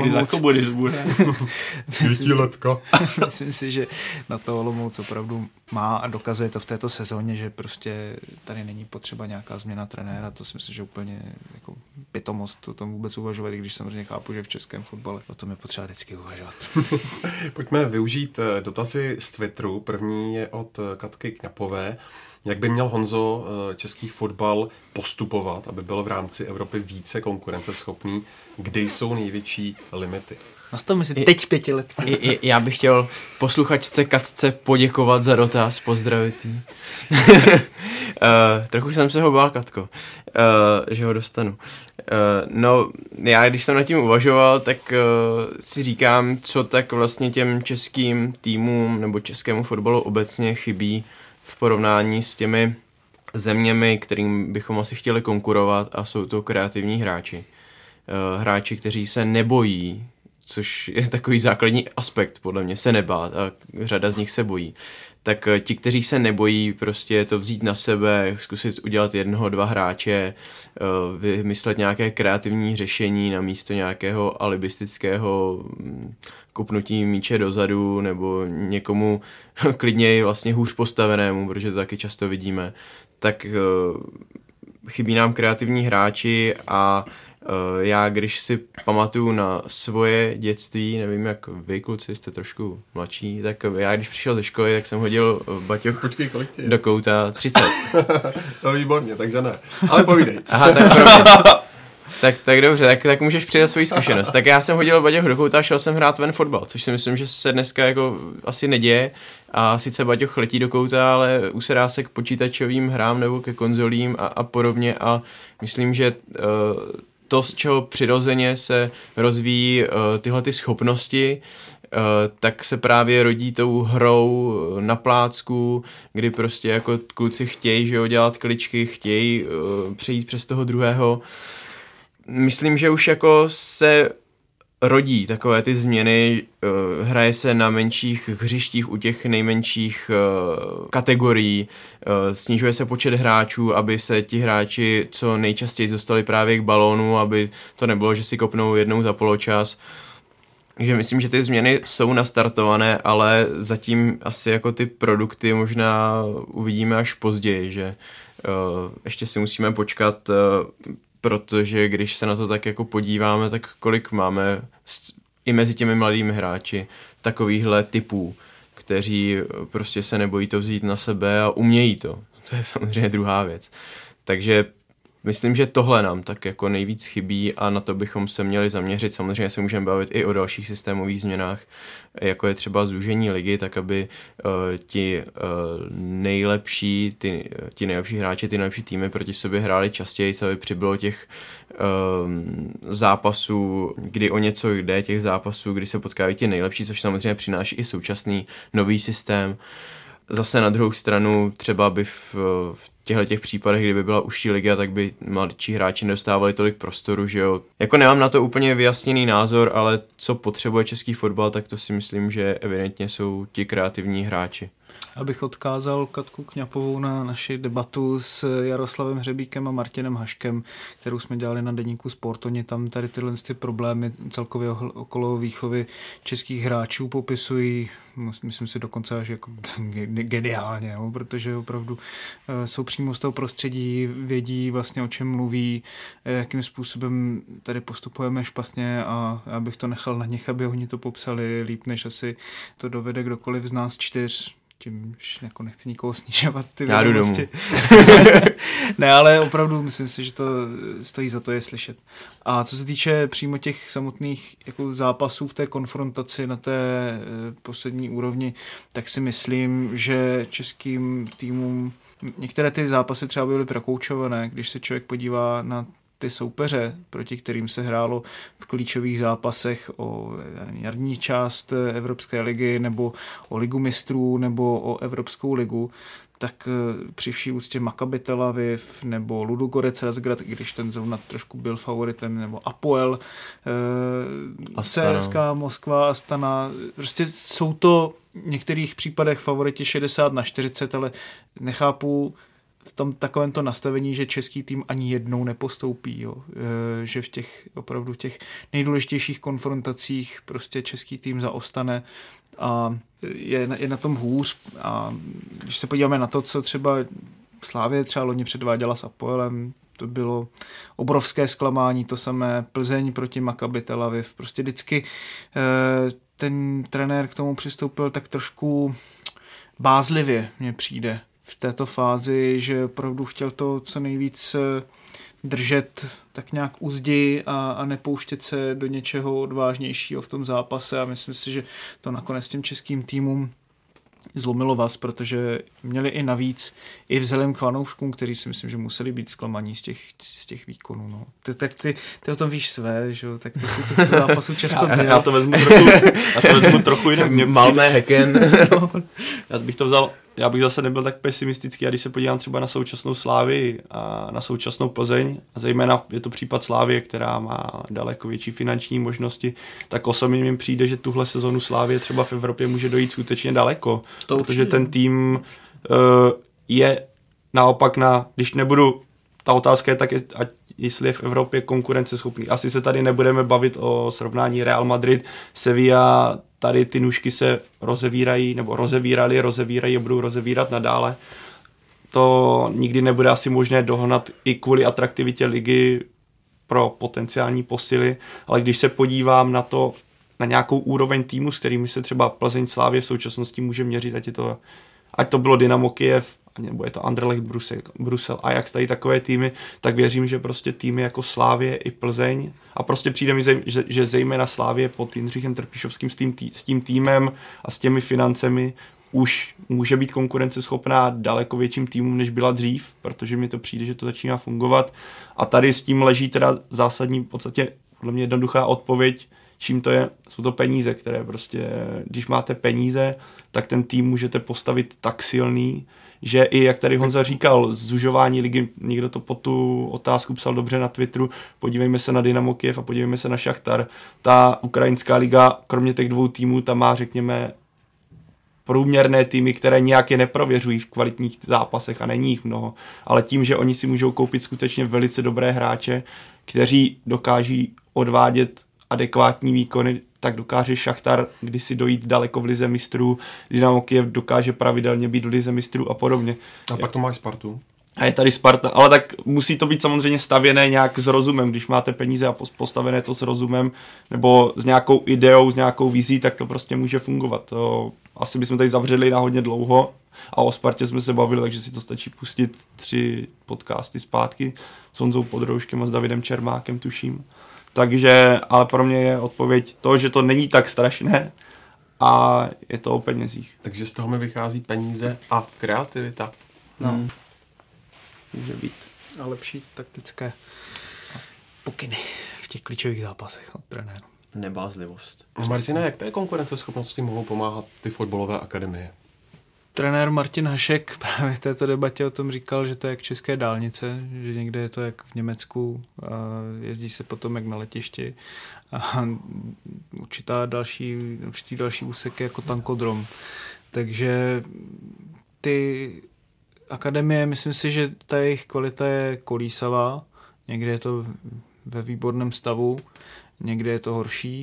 myslím si, že na to Olomouc opravdu má a dokazuje to v této sezóně, že prostě tady není potřeba nějaká změna trenéra, to si myslím, že úplně jako pitomost o tom vůbec uvažovat, i když samozřejmě chápu, že v českém fotbale o tom je potřeba vždycky uvažovat. Pojďme využít dotazy z Twitteru. První je od Katky Kňapové. Jak by měl, Honzo, český fotbal postupovat, aby byl v rámci Evropy více konkurenceschopný? Kde jsou největší limity? Nastavme si teď 5 let. Já bych chtěl posluchačce Katce poděkovat za dotaz, pozdravit jí. Trochu jsem se ho bál, Katko, že ho dostanu. No, já když jsem nad tím uvažoval, tak si říkám, co tak vlastně těm českým týmům nebo českému fotbalu obecně chybí v porovnání s těmi zeměmi, kterým bychom asi chtěli konkurovat, a jsou to kreativní hráči. Hráči, kteří se nebojí, což je takový základní aspekt, podle mě, se nebát, a řada z nich se bojí. Tak ti, kteří se nebojí prostě to vzít na sebe, zkusit udělat 1-2 hráče, vymyslet nějaké kreativní řešení na místo nějakého alibistického kopnutí míče dozadu nebo někomu klidně vlastně hůř postavenému, protože to taky často vidíme, tak chybí nám kreativní hráči a já, když si pamatuju na svoje dětství, nevím jak vy kluci, jste trošku mladší, tak já když přišel ze školy, tak jsem hodil baťoch do kouta 30. No výborně, takže ne. Ale povídej. Aha, tak dobře, tak můžeš přidat svoji zkušenost. Tak já jsem hodil baťoch do kouta a šel jsem hrát ven fotbal, což si myslím, že se dneska jako asi neděje. A sice baťoch letí do kouta, ale usedá se k počítačovým hrám nebo ke konzolím a podobně, a myslím, že to, z čeho přirozeně se rozvíjí tyhle ty schopnosti, tak se právě rodí tou hrou na plácku, kdy prostě jako kluci chtějí, že jo, dělat kličky, chtějí přejít přes toho druhého. Myslím, že už jako se rodí takové ty změny, hraje se na menších hřištích u těch nejmenších kategorií, snižuje se počet hráčů, aby se ti hráči co nejčastěji dostali právě k balónu, aby to nebylo, že si kopnou jednou za poločas. Takže myslím, že ty změny jsou nastartované, ale zatím asi jako ty produkty možná uvidíme až později, že ještě si musíme počkat, protože když se na to tak jako podíváme, tak kolik máme i mezi těmi mladými hráči takovýchhle typů, kteří prostě se nebojí to vzít na sebe a umějí to. To je samozřejmě druhá věc. Takže myslím, že tohle nám tak jako nejvíc chybí a na to bychom se měli zaměřit. Samozřejmě se můžeme bavit i o dalších systémových změnách, jako je třeba zúžení ligy, tak aby ti nejlepší hráči, ty nejlepší týmy proti sobě hráli častěji, aby přibylo těch zápasů, kdy o něco jde, těch zápasů, kdy se potkávají ti nejlepší, což samozřejmě přináší i současný nový systém. zase na druhou stranu třeba by v těchto případech, kdyby byla užší liga, tak by mladší hráči nedostávali tolik prostoru, že jo. Jako nemám na to úplně vyjasněný názor, ale co potřebuje český fotbal, tak to si myslím, že evidentně jsou ti kreativní hráči. Abych odkázal Katku Kňapovou na naši debatu s Jaroslavem Hřebíkem a Martinem Haškem, kterou jsme dělali na deníku Sport. Oni tam tady tyhle problémy celkově okolo výchovy českých hráčů popisují, myslím si dokonce až jako geniálně, jo, protože opravdu jsou přímo z toho prostředí, vědí vlastně o čem mluví, jakým způsobem tady postupujeme špatně a já bych to nechal na nich, aby oni to popsali líp, než asi to dovede kdokoliv z nás 4. Tím jako nechci nikoho snižovat ty vědomosti. Ne, ale opravdu myslím si, že to stojí za to je slyšet. A co se týče přímo těch samotných jako zápasů v té konfrontaci na té poslední úrovni, tak si myslím, že českým týmům některé ty zápasy třeba byly prokoučované, když se člověk podívá na ty soupeře, proti kterým se hrálo v klíčových zápasech o jarní část Evropské ligy nebo o Ligu mistrů nebo o Evropskou ligu, tak při vší úctě Maccabi Tel Aviv nebo Ludogorets Razgrad, i když ten zrovna trošku byl favoritem, nebo Apoel, CSKA Moskva, Astana, prostě jsou to v některých případech favoriti 60/40, ale nechápu v tom takovémto nastavení, že český tým ani jednou nepostoupí, jo. Že v těch opravdu těch nejdůležitějších konfrontacích prostě český tým zaostane a je na tom hůř. A když se podíváme na to, co třeba Slavie třeba loni předváděla s Apoelem, to bylo obrovské zklamání, to samé Plzeň proti Maccabi Tel Aviv. Prostě vždycky ten trenér k tomu přistoupil tak trošku bázlivě, mně přijde v této fázi, že opravdu chtěl to co nejvíc držet tak nějak u zdi a nepouštět se do něčeho odvážnějšího v tom zápase a myslím si, že to nakonec těm českým týmům zlomilo vás, protože měli i navíc, i vzhledem k fanouškům, který si myslím, že museli být zklamaní z těch výkonů. No. Ty o tom víš své, že jo? Tak ty si těch zápasů často byl. Já to vezmu trochu jinak. Malmé Heken. No, já bych zase nebyl tak pesimistický, a když se podívám třeba na současnou Slávii a na současnou Plzeň, a zejména je to případ Slávie, která má daleko větší finanční možnosti, tak osobně mi přijde, že tuhle sezonu Slávie třeba v Evropě může dojít skutečně daleko, protože ten tým je naopak když nebudu, ta otázka je tak, jestli je v Evropě konkurenceschopný. Asi se tady nebudeme bavit o srovnání Real Madrid, Sevilla, tady ty nůžky se rozevírají, nebo rozevírají a budou rozevírat nadále. To nikdy nebude asi možné dohnat i kvůli atraktivitě ligy pro potenciální posily, ale když se podívám na nějakou úroveň týmu, s kterými se třeba Plzeň Slavie v současnosti může měřit, ať to bylo Dynamo Kyjev, nebo je to Anderlecht Brusel, Ajax, tady takové týmy, tak věřím, že prostě týmy jako Slavie i Plzeň a prostě přijde mi, že zejména Slavie pod Jindřichem Trpišovským s tím týmem a s těmi financemi už může být konkurenceschopná daleko větším týmům, než byla dřív, protože mi to přijde, že to začíná fungovat a tady s tím leží teda zásadní, v podstatě podle mě jednoduchá odpověď, čím to je, jsou to peníze, které prostě, když máte peníze, tak ten tým můžete postavit tak silný, že i, jak tady Honza říkal, zužování ligy, někdo to pod tu otázku psal dobře na Twitteru, podívejme se na Dynamo Kyjev a podívejme se na Šachtar. Ta ukrajinská liga, kromě těch dvou týmů, tam má, řekněme, průměrné týmy, které nějak je neprověřují v kvalitních zápasech a není jich mnoho, ale tím, že oni si můžou koupit skutečně velice dobré hráče, kteří dokáží odvádět adekvátní výkony, tak dokáže Šachtar kdysi dojít daleko v lize mistrů, Dynamo Kyjev dokáže pravidelně být v lize mistrů a podobně. A pak to máš Spartu. A je tady Sparta, ale tak musí to být samozřejmě stavěné nějak s rozumem, když máte peníze a postavené to s rozumem, nebo s nějakou ideou, s nějakou vizí, tak to prostě může fungovat. To asi bychom tady zavřeli na hodně dlouho a o Spartě jsme se bavili, takže si to stačí pustit 3 podcasty zpátky s Honzou Podrouškem a s Davidem Čermákem, tuším. Takže, ale pro mě je odpověď to, že to není tak strašné a je to o penězích. Takže z toho mi vychází peníze a kreativita. No. Může být. A lepší taktické pokyny v těch klíčových zápasech od trenéru. Nebázlivost. Martina, jak té konkurenceschopnosti mohou pomáhat ty fotbalové akademie? Trenér Martin Hašek právě v této debatě o tom říkal, že to je jak české dálnice, že někde je to jak v Německu, a jezdí se potom jak na letišti a určitý další úsek je jako tankodrom. Takže ty akademie, myslím si, že ta jejich kvalita je kolísavá, někde je to ve výborném stavu, někde je to horší.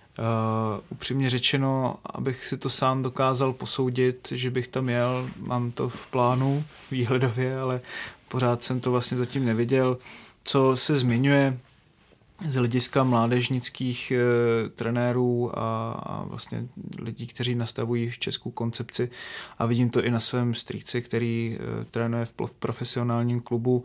Upřímně řečeno, abych si to sám dokázal posoudit, že bych tam jel, mám to v plánu výhledově, ale pořád jsem to vlastně zatím neviděl. Co se zmiňuje z hlediska mládežnických trenérů a vlastně lidí, kteří nastavují v českou koncepci, a vidím to i na svém strýci, který trénuje v profesionálním klubu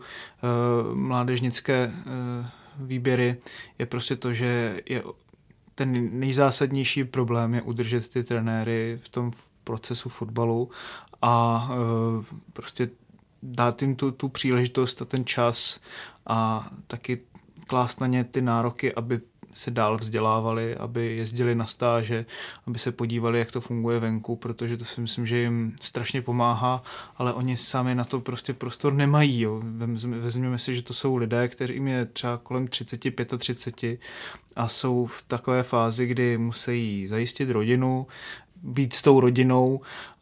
mládežnické výběry, je prostě to, že je ten nejzásadnější problém je udržet ty trenéry v tom procesu fotbalu a prostě dát jim tu příležitost a ten čas a taky klást na ně ty nároky, aby se dál vzdělávali, aby jezdili na stáže, aby se podívali, jak to funguje venku, protože to si myslím, že jim strašně pomáhá, ale oni sami na to prostě prostor nemají. Jo. Vezměme si, že to jsou lidé, kterým je třeba kolem 30, 35 a jsou v takové fázi, kdy musí zajistit rodinu, být s tou rodinou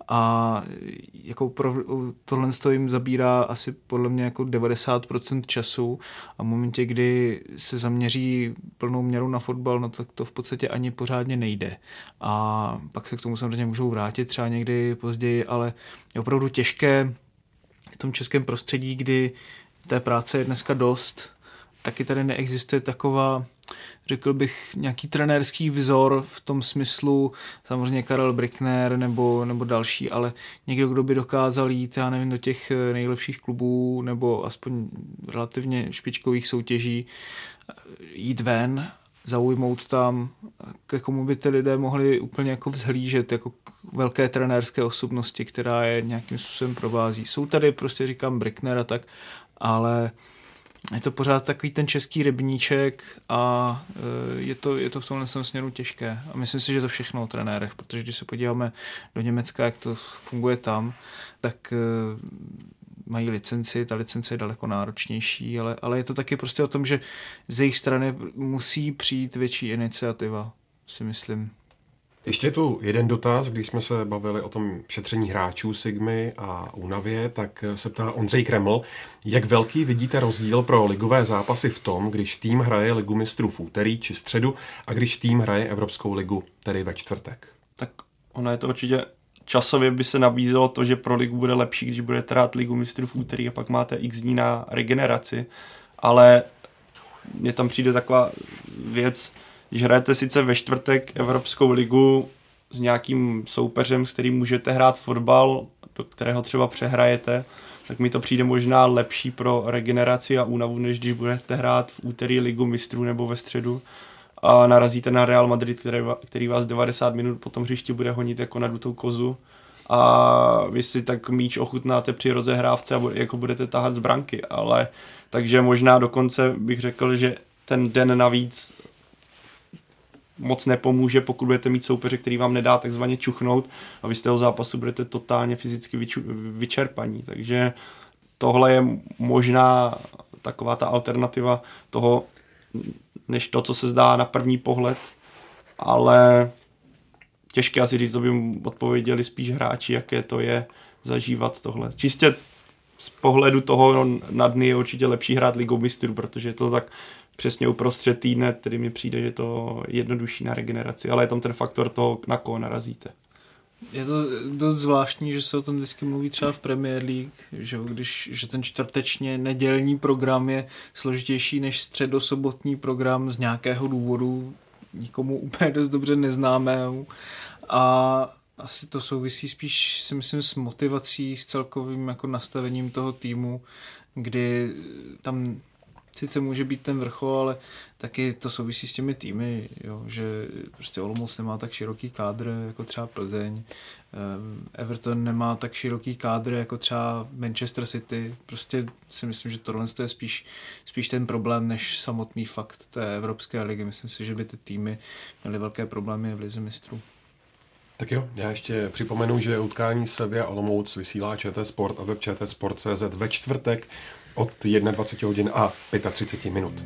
a jako tohle jim zabírá asi podle mě jako 90% času a v momentě, kdy se zaměří plnou měrou na fotbal, no tak to v podstatě ani pořádně nejde. A pak se k tomu samozřejmě můžou vrátit třeba někdy později, ale je opravdu těžké v tom českém prostředí, kdy té práce je dneska dost, taky tady neexistuje taková, řekl bych, nějaký trenérský vzor v tom smyslu, samozřejmě Karel Brickner nebo další, ale někdo, kdo by dokázal jít, já nevím, do těch nejlepších klubů nebo aspoň relativně špičkových soutěží, jít ven, zaujmout tam, ke komu by ty lidé mohli úplně jako vzhlížet, jako velké trenérské osobnosti, která je nějakým způsobem provází. Jsou tady, prostě říkám, Brickner a tak, ale je to pořád takový ten český rybníček a je to v tomhle směru těžké. A myslím si, že to všechno o trenérech, protože když se podíváme do Německa, jak to funguje tam, tak mají licenci, ta licence je daleko náročnější, ale je to taky prostě o tom, že z jejich strany musí přijít větší iniciativa, si myslím. Ještě je tu jeden dotaz, když jsme se bavili o tom šetření hráčů Sigmy a únavě, tak se ptá Ondřej Kreml, jak velký vidíte rozdíl pro ligové zápasy v tom, když tým hraje Ligu mistrů v úterý či středu a když tým hraje Evropskou ligu, tedy ve čtvrtek? Tak ono je to určitě, časově by se nabízelo to, že pro ligu bude lepší, když budete hrát Ligu mistrů v úterý a pak máte x dní na regeneraci, ale mně tam přijde taková věc, když hrajete sice ve čtvrtek Evropskou ligu s nějakým soupeřem, s kterým můžete hrát fotbal, do kterého třeba přehrajete, tak mi to přijde možná lepší pro regeneraci a únavu, než když budete hrát v úterý Ligu mistrů nebo ve středu a narazíte na Real Madrid, který vás 90 minut po tom hřišti bude honit jako na dutou kozu a vy si tak míč ochutnáte při rozehrávce a jako budete tahat z branky, ale takže možná dokonce bych řekl, že ten den navíc moc nepomůže, pokud budete mít soupeře, který vám nedá takzvaně čuchnout a vy z toho zápasu budete totálně fyzicky vyčerpaní. Takže tohle je možná taková ta alternativa toho, než to, co se zdá na první pohled, ale těžké asi říct, to by odpověděli spíš hráči, jaké to je zažívat tohle. Čistě z pohledu toho na dny je určitě lepší hrát Ligou mistrů, protože je to tak přesně uprostřed týdne, tedy mi přijde, že to je jednodušší na regeneraci, ale je tam ten faktor toho, na koho narazíte. Je to dost zvláštní, že se o tom vždycky mluví třeba v Premier League, že ten čtvrtečně nedělní program je složitější než středosobotní program z nějakého důvodu, nikomu úplně dost dobře neznámému. A asi to souvisí spíš, si myslím, s motivací, s celkovým jako nastavením toho týmu, kdy tam sice může být ten vrchol, ale taky to souvisí s těmi týmy, jo, že prostě Olomouc nemá tak široký kádr jako třeba Plzeň, Everton nemá tak široký kádr jako třeba Manchester City, prostě si myslím, že tohle je spíš ten problém, než samotný fakt té Evropské ligy. Myslím si, že by ty týmy měly velké problémy v lize mistrů. Tak jo, já ještě připomenu, že utkání Sevilla Olomouc vysílá ČT Sport a web čtsport.cz ve čtvrtek od 21 hodin a 35 minut.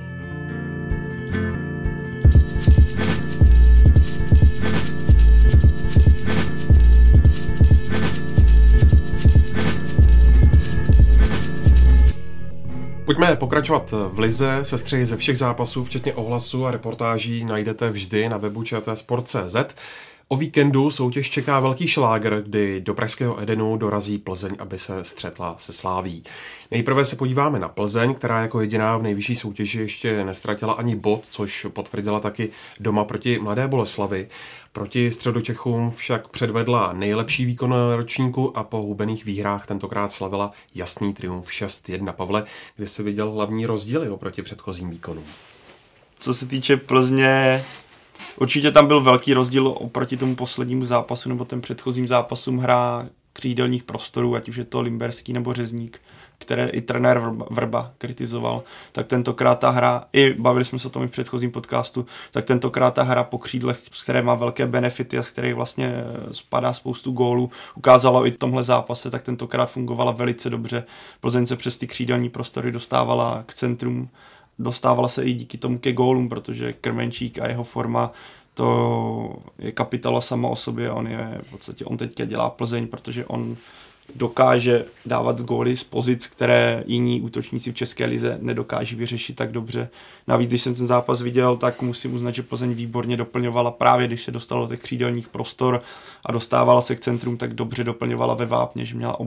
Pojďme pokračovat v lize. Sestřihy ze všech zápasů, včetně ohlasu a reportáží, najdete vždy na webu čtsport.cz. O víkendu soutěž čeká velký šlágr, kdy do pražského Edenu dorazí Plzeň, aby se střetla se Slaví. Nejprve se podíváme na Plzeň, která jako jediná v nejvyšší soutěži ještě nestratila ani bod, což potvrdila taky doma proti Mladé Boleslavi. Proti Středočechům však předvedla nejlepší výkon ročníku a po hubených výhrách tentokrát slavila jasný triumf 6-1. Pavle, kde se viděl hlavní rozdíly oproti předchozím výkonům? Co se týče Plzně, určitě tam byl velký rozdíl oproti tomu poslednímu zápasu nebo těm předchozím zápasům hra křídelních prostorů, ať už je to Limberský nebo Řezník, které i trenér Vrba kritizoval, tak tentokrát ta hra, i bavili jsme se o tom i v předchozím podcastu, tak tentokrát ta hra po křídlech, z které má velké benefity a z kterých vlastně spadá spoustu gólů, ukázalo i v tomhle zápase, tak tentokrát fungovala velice dobře. Plzeň se přes ty křídelní prostory dostávala k centrum, dostávala se i díky tomu ke gólům, protože Krmenčík a jeho forma, to je kapitola sama o sobě, on teďka dělá Plzeň, protože on dokáže dávat góly z pozic, které jiní útočníci v České lize nedokáží vyřešit tak dobře. Navíc, když jsem ten zápas viděl, tak musím uznat, že Plzeň výborně doplňovala právě, když se dostalo do těch křídelních prostor a dostávala se k centrum, tak dobře doplňovala ve vápně, že měla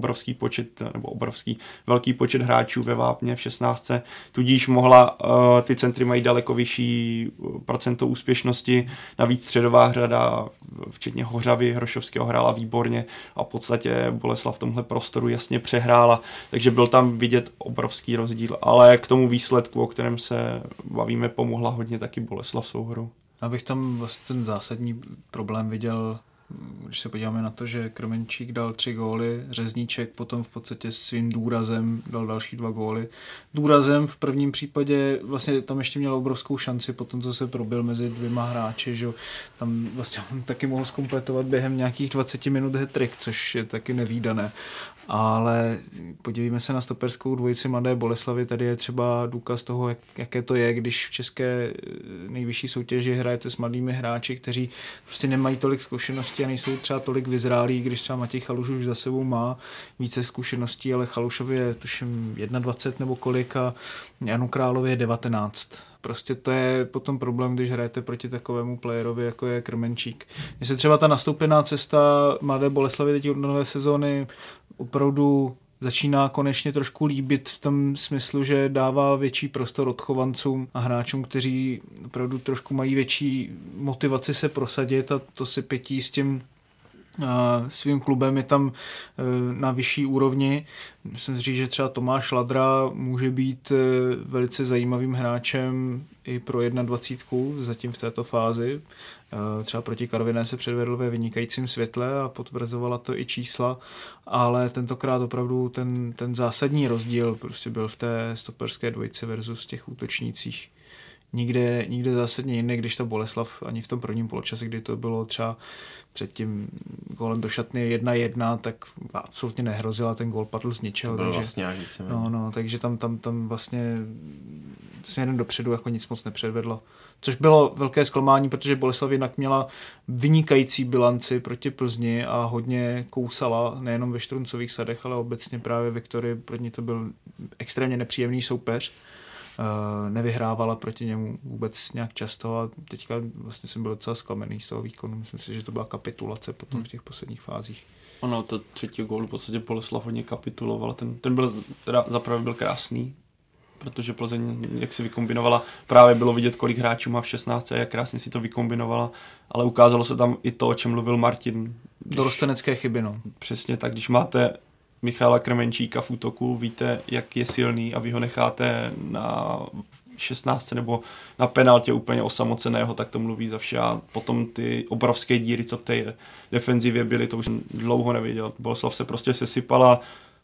velký počet hráčů ve vápně v 16. Tudíž mohla, ty centry mají daleko vyšší procento úspěšnosti, navíc středová řada, včetně Hořavy, Hrošovského hrála výborně a v podstatě Boleslav v tomhle prostoru jasně přehrála, takže byl tam vidět obrovský rozdíl, ale k tomu výsledku, o kterém se bavíme, pomohla hodně taky Boleslav souhrou. Abych tam vlastně ten zásadní problém viděl, když se podíváme na to, že Krmenčík dal 3 góly, Řezníček potom v podstatě svým důrazem dal další 2 góly. Důrazem v prvním případě vlastně tam ještě měl obrovskou šanci potom, co se probil mezi dvěma hráči, že tam vlastně on taky mohl zkompletovat během nějakých 20 minut hat-trick, což je taky nevídané. Ale podívejme se na stoperskou dvojici Mladé Boleslavy, tady je třeba důkaz toho, jaké to je, když v české nejvyšší soutěži hrajete s mladými hráči, kteří prostě nemají tolik zkušeností a nejsou třeba tolik vyzrálí, když třeba Matěj Chaluš už za sebou má více zkušeností, ale Chalušovi je tuším 21 nebo kolik a Janu Královi je 19. Prostě to je potom problém, když hrajete proti takovému playerovi, jako je Krmenčík. Mně se třeba ta nastoupená cesta Mladé Boleslavy teď od nové sezóny opravdu začíná konečně trošku líbit v tom smyslu, že dává větší prostor odchovancům a hráčům, kteří opravdu trošku mají větší motivaci se prosadit a to se pětí s tím svým klubem je tam na vyšší úrovni. Myslím si říct, že třeba Tomáš Ladra může být velice zajímavým hráčem i pro 21 zatím v této fázi. Třeba proti Karviné se předvedl ve vynikajícím světle a potvrzovala to i čísla, ale tentokrát opravdu ten zásadní rozdíl prostě byl v té stoperské dvojici versus těch útočnících. Nikde zásadně jiné, když ta Boleslav ani v tom prvním poločase, kdy to bylo třeba před tím gólem do šatny 1-1, tak absolutně nehrozila, ten gól padl z ničeho. To bylo takže, vlastně takže tam vlastně směrem dopředu jako nic moc nepředvedlo. Což bylo velké zklamání, protože Boleslav jinak měla vynikající bilanci proti Plzni a hodně kousala, nejenom ve Štruncových sadech, ale obecně právě Viktory, pro ní to byl extrémně nepříjemný soupeř. Nevyhrávala proti němu vůbec nějak často a teďka vlastně jsem byl docela zklamený z toho výkonu. Myslím si, že to byla kapitulace potom v těch posledních fázích. Ono, to třetí gólu v podstatě Boleslav hodně kapituloval. Ten byl teda zaprvé byl krásný, protože Plzeň, jak si vykombinovala, právě bylo vidět, kolik hráčů má v 16 a jak krásně si to vykombinovala, ale ukázalo se tam i to, o čem mluvil Martin. Dorostenecké chyby, no. Přesně tak, když máte Michala Krmenčíka v útoku, víte, jak je silný a vy ho necháte na 16 nebo na penaltě úplně osamoceného, tak to mluví za vše. A potom ty obrovské díry, co v té defenzivě byly, to už jsem dlouho neviděl. Boleslav se prostě sesypala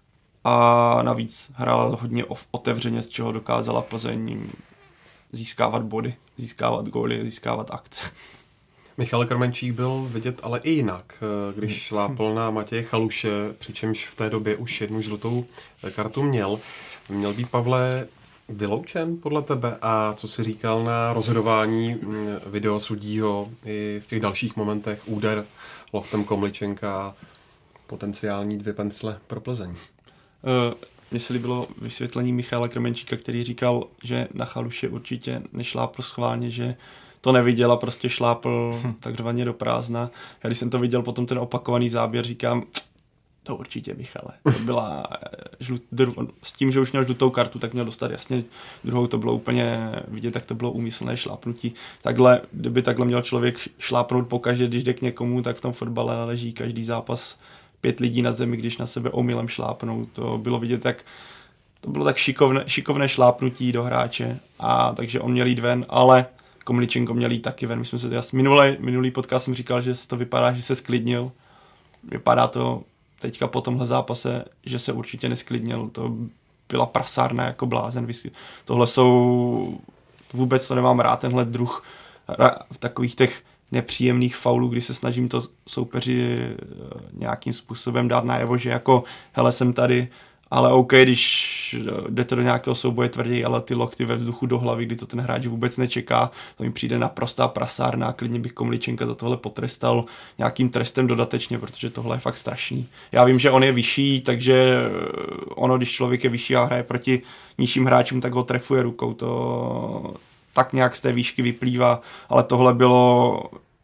a navíc hrála hodně otevřeně, z čeho dokázala Plzeň získávat body, získávat góly, získávat akce. Michal Krmenčík byl vidět ale i jinak, když šlápl na Matěje Chaluše, přičemž v té době už jednu žlutou kartu měl. Měl být, Pavle, vyloučen podle tebe? A co jsi říkal na rozhodování videosudího i v těch dalších momentech, úder loktem Komličenka, potenciální 2 pencle pro Plzeň? Mně se líbilo vysvětlení Michala Krmenčíka, který říkal, že na Chaluše určitě nešlápl schválně, že to neviděl a prostě šlápl takzvaně do prázdna. Já když jsem to viděl potom ten opakovaný záběr, říkám, to určitě Michale. To byla s tím, že už měl žlutou kartu, tak měl dostat jasně druhou, to bylo úplně vidět, tak to bylo úmyslné šlápnutí. Takhle, kdyby takhle měl člověk šlápnout pokaždé, když jde k někomu, tak v tom fotbale leží každý zápas 5 lidí na zemi, když na sebe omylem šlápnou. To bylo vidět, to bylo tak šikovné šlápnutí do hráče, a takže on měl jít ven, ale Komličenko měl jít taky ven. My jsme se minulý podcast jsem říkal, že to vypadá, že se sklidnil. Vypadá to teďka po tomhle zápase, že se určitě nesklidnil. To byla prasárna jako blázen. Tohle vůbec to nemám rád, tenhle druh v takových těch nepříjemných faulů, kdy se snažím to soupeři nějakým způsobem dát najevo, že jako hele, jsem tady, ale OK, když jdete do nějakého souboje tvrději, ale ty lokty ve vzduchu do hlavy, kdy to ten hráč vůbec nečeká, to mi přijde naprostá prasárna a klidně bych Komličenka za tohle potrestal nějakým trestem dodatečně, protože tohle je fakt strašný. Já vím, že on je vyšší, takže ono, když člověk je vyšší a hraje proti nižším hráčům, tak ho trefuje rukou, to tak nějak z té výšky vyplývá, ale tohle bylo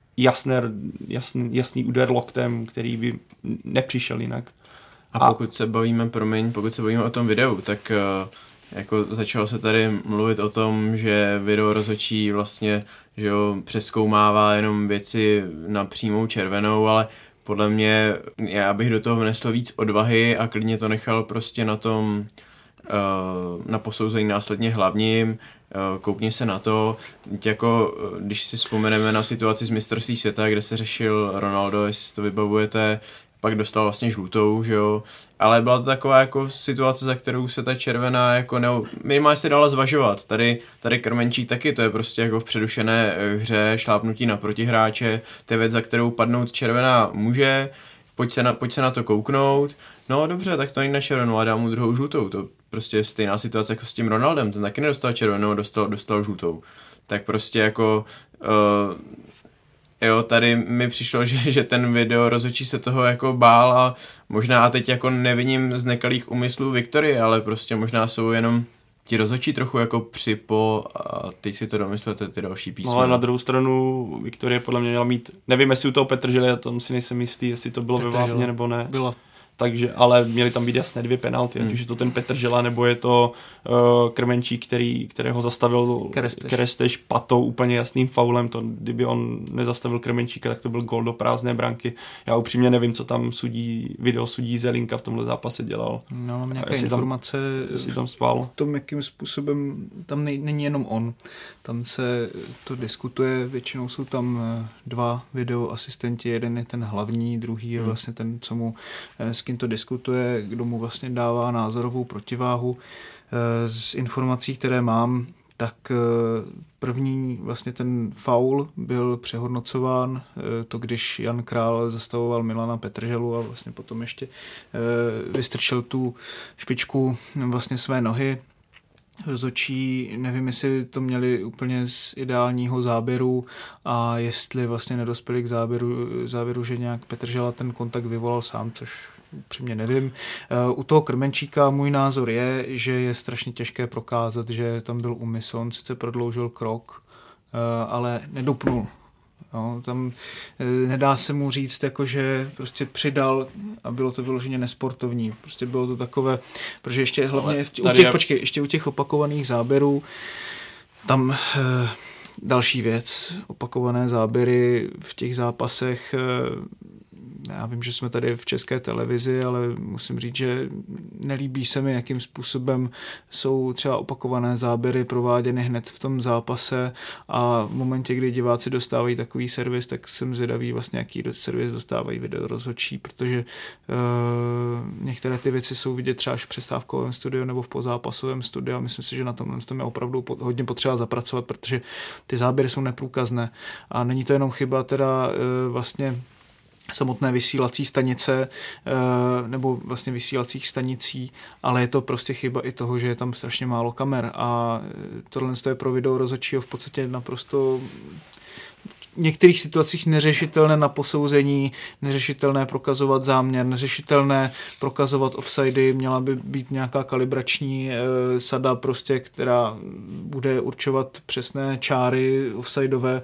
jasný úder loktem, který by nepřišel jinak. A pokud se bavíme o tom videu, tak jako začalo se tady mluvit o tom, že video rozhodčí vlastně, že jo, přezkoumává jenom věci na přímou červenou, ale podle mě, já bych do toho vnesl víc odvahy a klidně to nechal prostě na tom, na posouzení následně hlavním, koukni se na to, jako když si vzpomeneme na situaci z mistrovství světa, kde se řešil Ronaldo, jestli to vybavujete, pak dostal vlastně žlutou, že jo, ale byla to taková jako situace, za kterou se ta červená jako minimálně se dala zvažovat. Tady Krmenčík taky, to je prostě jako v předušené hře, šlápnutí na protihráče, to je věc, za kterou padnout červená může, pojď se na to kouknout, no dobře, tak to není na červenou a dám mu druhou žlutou, to prostě je stejná situace jako s tím Ronaldem, ten taky nedostal červenou, dostal žlutou, tak prostě jako jo, tady mi přišlo, že ten video rozhodčí se toho jako bál a možná a teď jako neviním z nekalých úmyslů Viktorie, ale prostě možná jsou jenom ti rozhodčí trochu jako připo a teď si to domyslete ty další písmena. No ale na druhou stranu Viktorie podle mě měla mít, nevím jestli u toho Petržela, já tom si nejsem jistý, jestli to bylo ve Vápně nebo ne. Bylo. Takže, ale měly tam být jasné 2 penalty, ať už je to ten Petržela, nebo je to Krmenčík, kterého zastavil Keresteš patou úplně jasným faulem, to kdyby on nezastavil Krmenčíka, tak to byl gól do prázdné branky. Já upřímně nevím, co tam video sudí Zelinka v tomhle zápase dělal. No, mám nějaké informace, jestli tam spál. V tom, jakým způsobem, tam není jenom on, tam se to diskutuje, většinou jsou tam 2 videoasistenti, jeden je ten hlavní, druhý je vlastně ten, co mu s kým to diskutuje, kdo mu vlastně dává názorovou protiváhu. Z informací, které mám, tak první vlastně ten faul byl přehodnocován, to když Jan Král zastavoval Milana Petrželu a vlastně potom ještě vystrčil tu špičku vlastně své nohy. Rozhodčí, nevím, jestli to měli úplně z ideálního záběru a jestli vlastně nedospěli k záběru, že nějak Petržela ten kontakt vyvolal sám, což upřímně nevím. U toho Krmenčíka můj názor je, že je strašně těžké prokázat, že tam byl úmysl. On sice prodloužil krok, ale nedupnul. No, tam nedá se mu říct, jako, že prostě přidal a bylo to vyloženě nesportovní. Prostě bylo to takové, protože ještě hlavně ještě u těch opakovaných záběrů tam další věc, opakované záběry v těch zápasech. Já vím, že jsme tady v České televizi, ale musím říct, že nelíbí se mi, jakým způsobem jsou třeba opakované záběry prováděny hned v tom zápase a v momentě, kdy diváci dostávají takový servis, tak jsem zvědavý vlastně, jaký servis dostávají videorozhodčí, protože některé ty věci jsou vidět třeba až v přestávkovém studiu nebo v pozápasovém studiu a myslím si, že na tomhle je opravdu hodně potřeba zapracovat, protože ty záběry jsou neprůkazné a není to jenom chyba teda vlastně samotné vysílací stanice nebo vlastně vysílacích stanicí, ale je to prostě chyba i toho, že je tam strašně málo kamer a tohle je pro videorozhodčího v podstatě naprosto v některých situacích neřešitelné na posouzení, neřešitelné prokazovat záměr, neřešitelné prokazovat offsidy, měla by být nějaká kalibrační sada prostě, která bude určovat přesné čáry offsideové,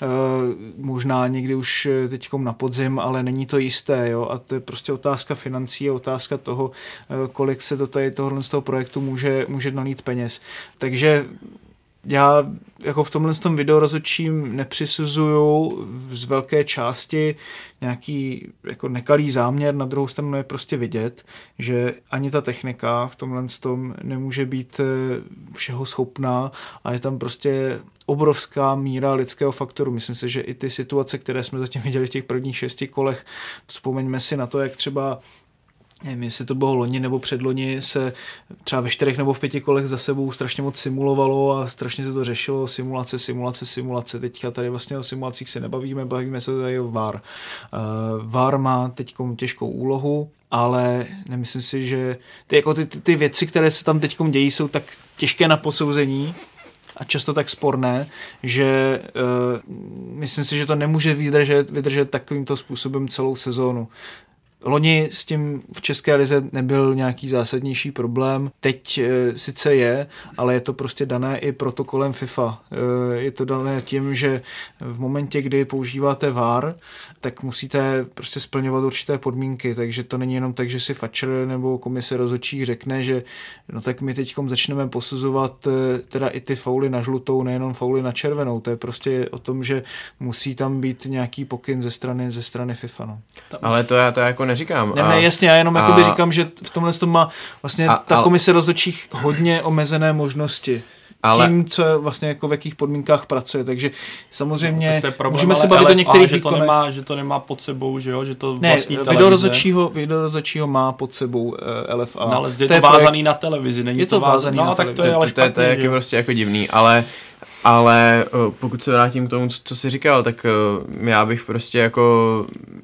možná někdy už teďkom na podzim, ale není to jisté, jo, a to je prostě otázka financí a otázka toho, kolik se do tohohle z toho projektu může nalít peněz. Takže já jako v tomhle tom videorozhodčím nepřisuzuju z velké části nějaký jako nekalý záměr, na druhou stranu je prostě vidět, že ani ta technika v tomhle tom nemůže být všeho schopná a je tam prostě obrovská míra lidského faktoru. Myslím si, že i ty situace, které jsme zatím viděli v těch prvních 6 kolech, vzpomeňme si na to, jak třeba nevím, jestli to bylo loni nebo předloni, se třeba ve 4 nebo v 5 kolech za sebou strašně moc simulovalo a strašně se to řešilo, simulace. Teďka tady vlastně o simulacích se bavíme se tady o VAR. VAR má teď těžkou úlohu, ale nemyslím si, že ty věci, které se tam teď dějí, jsou tak těžké na posouzení a často tak sporné, že myslím si, že to nemůže vydržet takovýmto způsobem celou sezónu. Loni s tím v České lize nebyl nějaký zásadnější problém. Teď sice je, ale je to prostě dané i protokolem FIFA. Je to dané tím, že v momentě, kdy používáte VAR, tak musíte prostě splňovat určité podmínky, takže to není jenom tak, že si fačer nebo komise rozhodčích řekne, že no tak my teďkom začneme posuzovat teda i ty fauly na žlutou, nejenom fauly na červenou. To je prostě o tom, že musí tam být nějaký pokyn ze strany FIFA. No. Ale to já jako neříkám. Ne, jasně, já jenom jakoby říkám, že v tomhle tom má vlastně ta komise rozhodčích hodně omezené možnosti. Ale tím, co je vlastně jako v jakých podmínkách pracuje, takže samozřejmě můžeme se bavit o některých výkonech. Že to nemá pod sebou, že jo, že to ne, vlastní televize. Videorozhodčího má pod sebou LFA. No, ale zde je to vázaný na televizi, není to vázaný na televizi. Tak to je ale špatný, to je prostě jako divný, ale pokud se vrátím k tomu, co jsi říkal, tak já bych prostě jako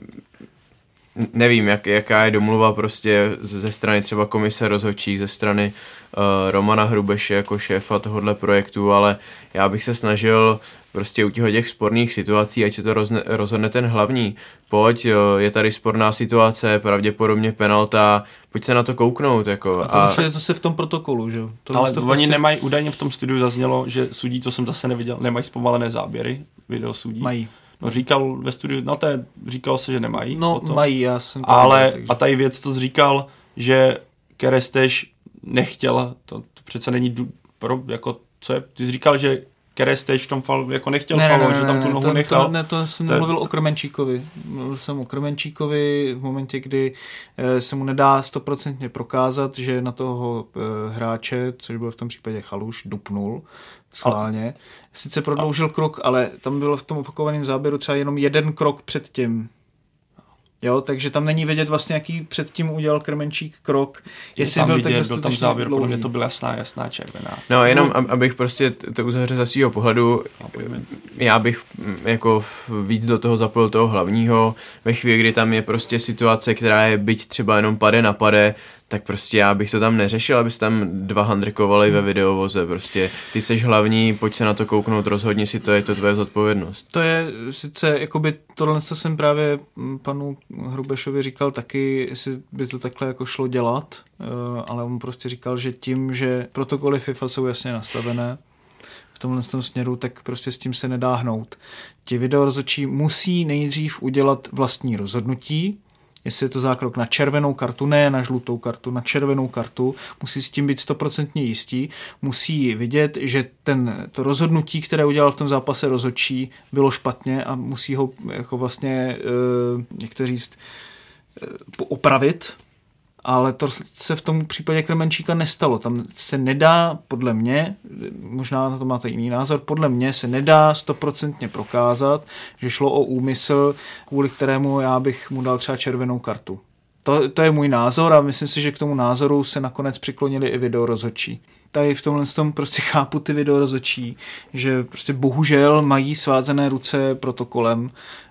nevím, jaká je domluva prostě ze strany třeba komise rozhodčích, ze strany Romana Hrubeše jako šéfa tohohle projektu, ale já bych se snažil prostě u těch sporných situací, ať se to rozhodne ten hlavní. Pojď, je tady sporná situace, pravděpodobně penalta, pojď se na to kouknout. Jako, a to je zase v tom protokolu, že jo? Ale oni prostě nemají, údajně v tom studiu zaznělo, že sudí, to jsem zase neviděl, nemají zpomalené záběry, videosudí. Mají. No říkal ve studiu, říkal se, že nemají. No potom. Mají, já jsem to ale viděl, takže. A tady věc, co jsi říkal, že Keresteš nechtěl, to přece není jako, co je, ty jsi říkal, že Keresteš v tom jako nechtěl faul, že tam tu nohu nechal. To jsem mluvil o Krmenčíkovi. Mluvil jsem o Krmenčíkovi v momentě, kdy se mu nedá 100% prokázat, že na toho hráče, což byl v tom případě Chaluš, dupnul schválně. Sice prodloužil krok, ale tam bylo v tom opakovaném záběru třeba jenom jeden krok předtím. Jo, takže tam není vědět vlastně, jaký předtím udělal Krmenčík krok. Jestli byl tam záběr, podle mě to byla jasná červená. No, jenom abych prostě to uzavřel ze svýho pohledu, já bych jako víc do toho zapojil toho hlavního, ve chvíli, kdy tam je prostě situace, která je byť třeba jenom pade na pade, tak prostě já bych to tam neřešil, aby se tam dva handrikovali ve videovoze, prostě ty seš hlavní, pojď se na to kouknout, rozhodni si to, je to tvoje zodpovědnost. To je sice, jakoby tohle, co jsem právě panu Hrubešovi říkal taky, jestli by to takhle jako šlo dělat, ale on prostě říkal, že tím, že protokoly FIFA jsou jasně nastavené v tomhle směru, tak prostě s tím se nedá hnout. Ti videorozhodčí musí nejdřív udělat vlastní rozhodnutí, jestli je to zákrok na červenou kartu, ne na žlutou kartu, na červenou kartu, musí s tím být 100% jistí, musí vidět, že to rozhodnutí, které udělal v tom zápase rozhodčí, bylo špatně a musí ho jako vlastně, jak to říct, opravit ale to se v tom případě Kremenčíka nestalo. Tam se nedá, podle mě, možná na to máte jiný názor, podle mě se nedá 100% prokázat, že šlo o úmysl, kvůli kterému já bych mu dal třeba červenou kartu. To je můj názor a myslím si, že k tomu názoru se nakonec přiklonili i videorozhodčí. Tady v tomhle tom prostě chápu ty videorozhodčí, že prostě bohužel mají svázané ruce protokolem.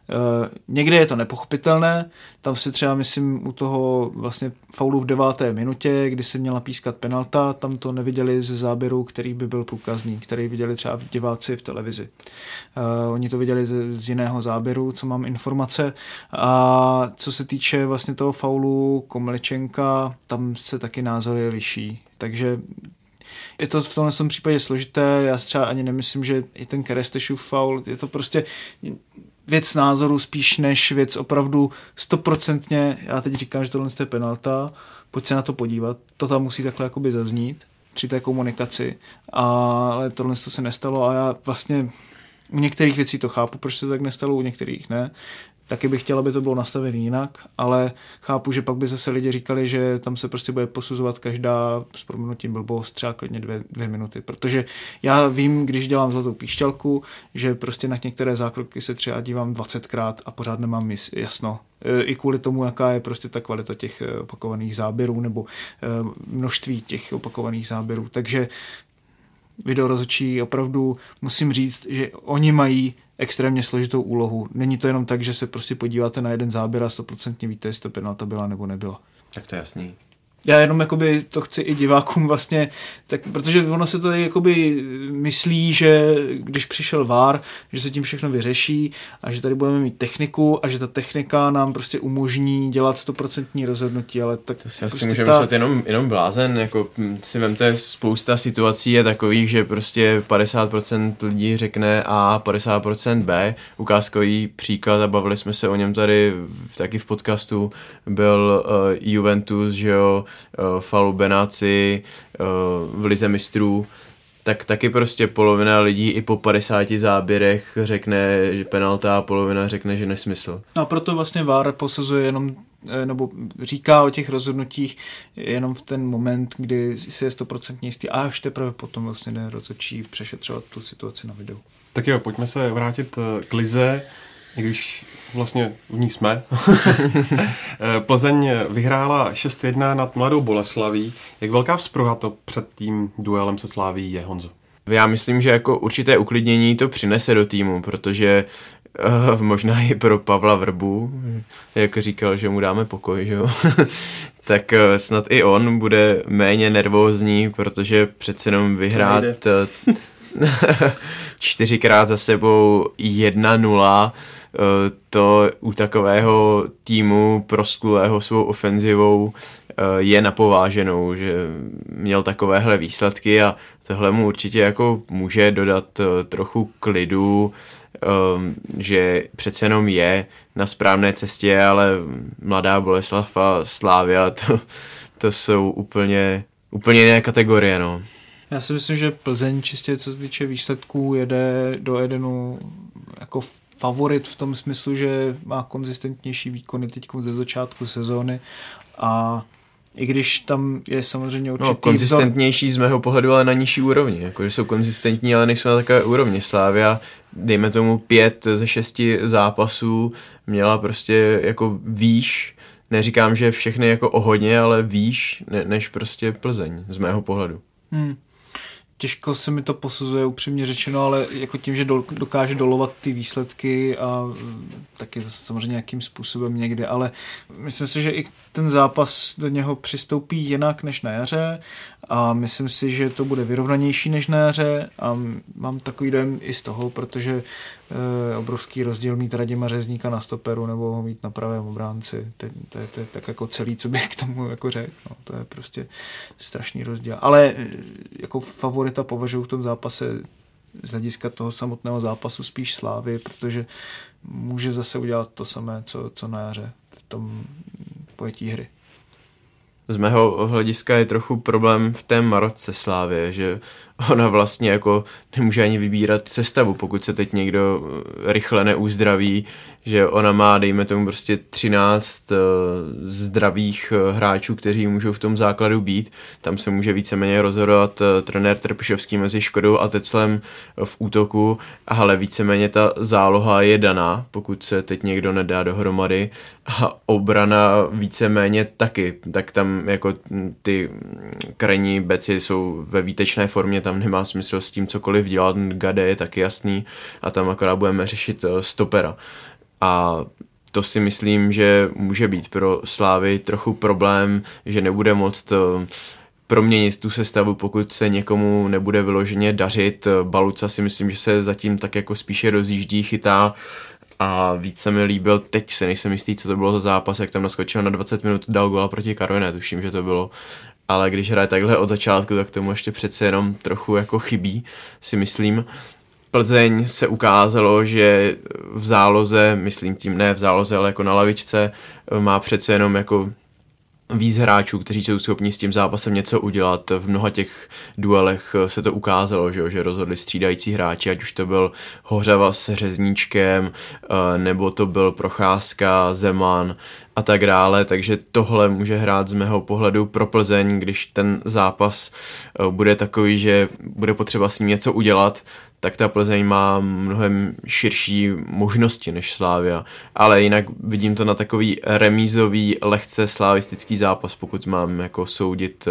Někde je to nepochopitelné, tam si třeba myslím u toho vlastně faulu v 9. minutě, kdy se měla pískat penalta, tam to neviděli ze záběru, který by byl průkazný, který viděli třeba diváci v televizi. Oni to viděli z jiného záběru, co mám informace. A co se týče vlastně toho faulu Komličenka, tam se taky názory liší. Takže je to v tomhle případě složité, já třeba ani nemyslím, že i ten Kerestešův faul, je to prostě věc názoru spíš než věc opravdu 100%, já teď říkám, že tohle je penalta, pojď se na to podívat, to tam musí takhle jakoby zaznít při té komunikaci, ale tohle se nestalo a já vlastně u některých věcí to chápu, proč se to tak nestalo, u některých ne. Taky bych chtěl, aby to bylo nastavené jinak, ale chápu, že pak by zase lidi říkali, že tam se prostě bude posuzovat každá s prominutím blbost třeba klidně 2 minuty, protože já vím, když dělám zlatou píšťalku, že prostě na některé zákroky se třeba dívám 20krát a pořád nemám jasno. I kvůli tomu, jaká je prostě ta kvalita těch opakovaných záběrů nebo množství těch opakovaných záběrů. Takže videorozhodčí opravdu musím říct, že oni mají extrémně složitou úlohu. Není to jenom tak, že se prostě podíváte na jeden záběr a 100% víte, jestli to penalta byla nebo nebyla. Tak to je jasný. Já jenom jakoby to chci i divákům vlastně, tak, protože ono se to jakoby myslí, že když přišel VAR, že se tím všechno vyřeší a že tady budeme mít techniku a že ta technika nám prostě umožní dělat 100% rozhodnutí, ale tak to si asi můžeme myslet jenom blázen, jako si vemte, spousta situací je takových, že prostě 50% lidí řekne A, 50% B, ukázkový příklad a bavili jsme se o něm tady taky v podcastu, byl Juventus, že jo, faulu Benáci v lize mistrů, tak taky prostě polovina lidí i po 50 záběrech řekne, že penalta a polovina řekne, že nesmysl. A proto vlastně VAR posuzuje jenom, nebo říká o těch rozhodnutích jenom v ten moment, kdy si je 100% jistý a až teprve potom vlastně jde rozhodčí přešetřovat tu situaci na videu. Tak jo, pojďme se vrátit k lize, i když vlastně v ní jsme. Plzeň vyhrála 6-1 nad Mladou Boleslaví. Jak velká vzpruha to před tím duelem se Slavií je, Honzo? Já myslím, že jako určité uklidnění to přinese do týmu, protože možná i pro Pavla Vrbu, jak říkal, že mu dáme pokoj, že jo? Tak snad i on bude méně nervózní, protože přece jenom vyhrát 4krát za sebou 1-0, to u takového týmu prostlulého svou ofenzivou je napováženou, že měl takovéhle výsledky a tohle mu určitě jako může dodat trochu klidu, že přece jenom je na správné cestě, ale Mladá Boleslav a Slavia to jsou úplně jiné kategorie, no. Já si myslím, že Plzeň čistě co se týče výsledků jede do Edenu jako favorit v tom smyslu, že má konzistentnější výkony teď ze začátku sezóny a i když tam je samozřejmě určitý... No, konzistentnější z mého pohledu, ale na nižší úrovni. Jakože jsou konzistentní, ale nejsou na takové úrovni. Slavia, dejme tomu 5 ze 6 zápasů, měla prostě jako výš, neříkám, že všechny jako o hodně, ale výš než prostě Plzeň, z mého pohledu. Těžko se mi to posuzuje, upřímně řečeno, ale jako tím, že dokáže dolovat ty výsledky a taky samozřejmě nějakým způsobem někde, ale myslím si, že i ten zápas do něho přistoupí jinak než na jaře a myslím si, že to bude vyrovnanější než na jaře a mám takový dojem i z toho, protože obrovský rozdíl mít Radima Řezníka na stoperu nebo ho mít na pravém obránci. To je tak jako celý, co bych k tomu jako řekl. No, to je prostě strašný rozdíl. Ale jako favorita považuji v tom zápase z hlediska toho samotného zápasu spíš Slávy, protože může zase udělat to samé, co na jaře v tom pojetí hry. Z mého hlediska je trochu problém v té marotce Slávy, že ona vlastně jako nemůže ani vybírat sestavu, pokud se teď někdo rychle neuzdraví, že ona má, dejme tomu prostě 13 zdravých hráčů, kteří můžou v tom základu být. Tam se může víceméně rozhodovat trenér Trpišovský mezi Škodou a Teclem v útoku, ale víceméně ta záloha je daná, pokud se teď někdo nedá dohromady, a obrana víceméně taky. Tak tam jako ty krajní beci jsou ve výtečné formě, tam nemá smysl s tím cokoliv dělat, Gade je taky jasný a tam akorát budeme řešit stopera. A to si myslím, že může být pro Slávy trochu problém, že nebude moct proměnit tu sestavu, pokud se někomu nebude vyloženě dařit. Baluca si myslím, že se zatím tak jako spíše rozjíždí, chytá a víc se mi líbil, teď se nejsem jistý, co to bylo za zápas, jak tam naskočil na 20 minut, dal góla proti Karviné, tuším, že to bylo. Ale když hraje takhle od začátku, tak tomu ještě přece jenom trochu jako chybí, si myslím. Plzeň se ukázalo, že v záloze, myslím tím ne v záloze, ale jako na lavičce, má přece jenom jako víc hráčů, kteří jsou schopni s tím zápasem něco udělat. V mnoha těch duelech se to ukázalo, že rozhodli střídající hráči, ať už to byl Hořava s Řezníčkem, nebo to byl Procházka, Zeman a tak dále, takže tohle může hrát z mého pohledu pro Plzeň, když ten zápas bude takový, že bude potřeba s ním něco udělat, tak ta Plzeň má mnohem širší možnosti než Slavia. Ale jinak vidím to na takový remízový, lehce slavistický zápas, pokud mám jako soudit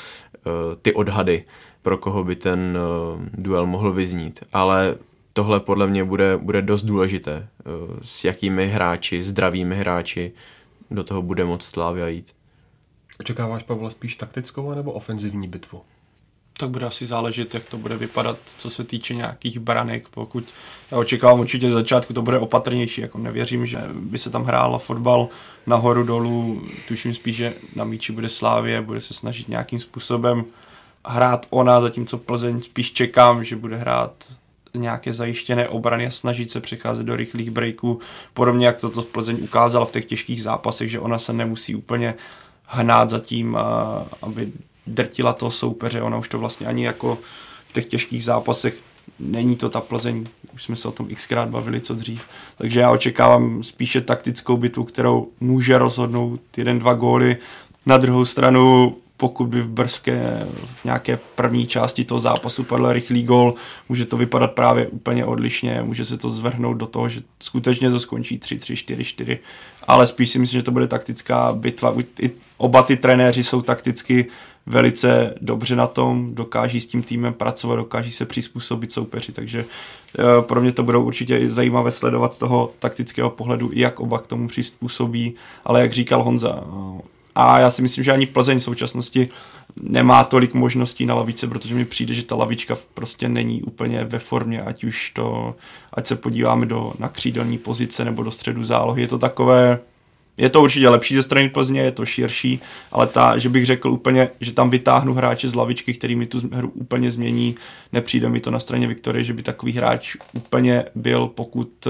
ty odhady, pro koho by ten duel mohl vyznít. Ale tohle podle mě bude dost důležité, s jakými hráči, zdravými hráči do toho bude moct Slavia jít. Očekáváš, Pavle, spíš taktickou nebo ofenzivní bitvu? Tak bude asi záležet, jak to bude vypadat, co se týče nějakých branek. Pokud já očekávám určitě z začátku, to bude opatrnější, jako nevěřím, že by se tam hrála fotbal nahoru dolů, tuším spíš, že na míči bude Slavie, bude se snažit nějakým způsobem hrát ona, zatímco Plzeň spíš čekám, že bude hrát nějaké zajištěné obrany a snažit se přecházet do rychlých breaků, podobně jak to Plzeň ukázala v těch těžkých zápasech, že ona se nemusí úplně hnát za tím, aby drtila toho soupeře, ona už to vlastně ani jako v těch těžkých zápasech není to ta Plzeň, už jsme se o tom xkrát bavili, co dřív. Takže já očekávám spíše taktickou bitvu, kterou může rozhodnout 1-2 góly. Na druhou stranu, pokud by v nějaké první části toho zápasu padl rychlý gól, může to vypadat právě úplně odlišně, může se to zvrhnout do toho, že skutečně to skončí 3-3, 4-4, ale spíš si myslím, že to bude taktická bitva. Oba ty trenéři jsou takticky velice dobře na tom, dokáží s tím týmem pracovat, dokáží se přizpůsobit soupeři, takže pro mě to budou určitě zajímavé sledovat z toho taktického pohledu, jak oba k tomu přizpůsobí, ale jak říkal Honza, a já si myslím, že ani Plzeň v současnosti nemá tolik možností na lavice, protože mi přijde, že ta lavička prostě není úplně ve formě, ať se podíváme na křídelní pozice nebo do středu zálohy, je to takové. Je to určitě lepší ze strany Plzně, je to širší, ale že bych řekl úplně, že tam vytáhnu hráče z lavičky, který mi tu hru úplně změní, nepřijde mi to na straně Viktorie, že by takový hráč úplně byl, pokud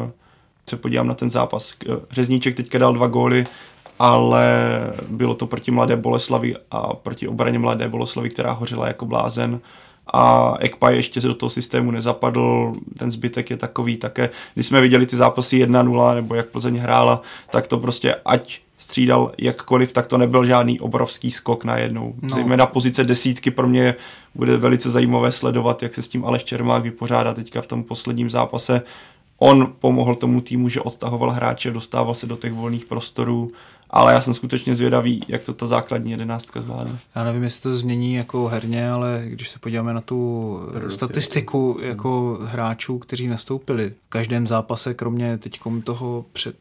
se podívám na ten zápas. Řezníček teďka dal 2 góly, ale bylo to proti Mladé Boleslavi a proti obraně Mladé Boleslavi, která hořela jako blázen. A Ekpaj ještě do toho systému nezapadl, ten zbytek je takový také. Když jsme viděli ty zápasy 1-0, nebo jak Plzeň hrála, tak to prostě ať střídal jakkoliv, tak to nebyl žádný obrovský skok najednou. Zejména pozice 10 pro mě bude velice zajímavé sledovat, jak se s tím Aleš Čermák vypořádá teďka v tom posledním zápase. On pomohl tomu týmu, že odtahoval hráče, dostával se do těch volných prostorů, ale já jsem skutečně zvědavý, jak to ta základní 11 zvládne. Já nevím, jestli to změní jako herně, ale když se podíváme na tu statistiku jako hráčů, kteří nastoupili v každém zápase, kromě teďkom toho před...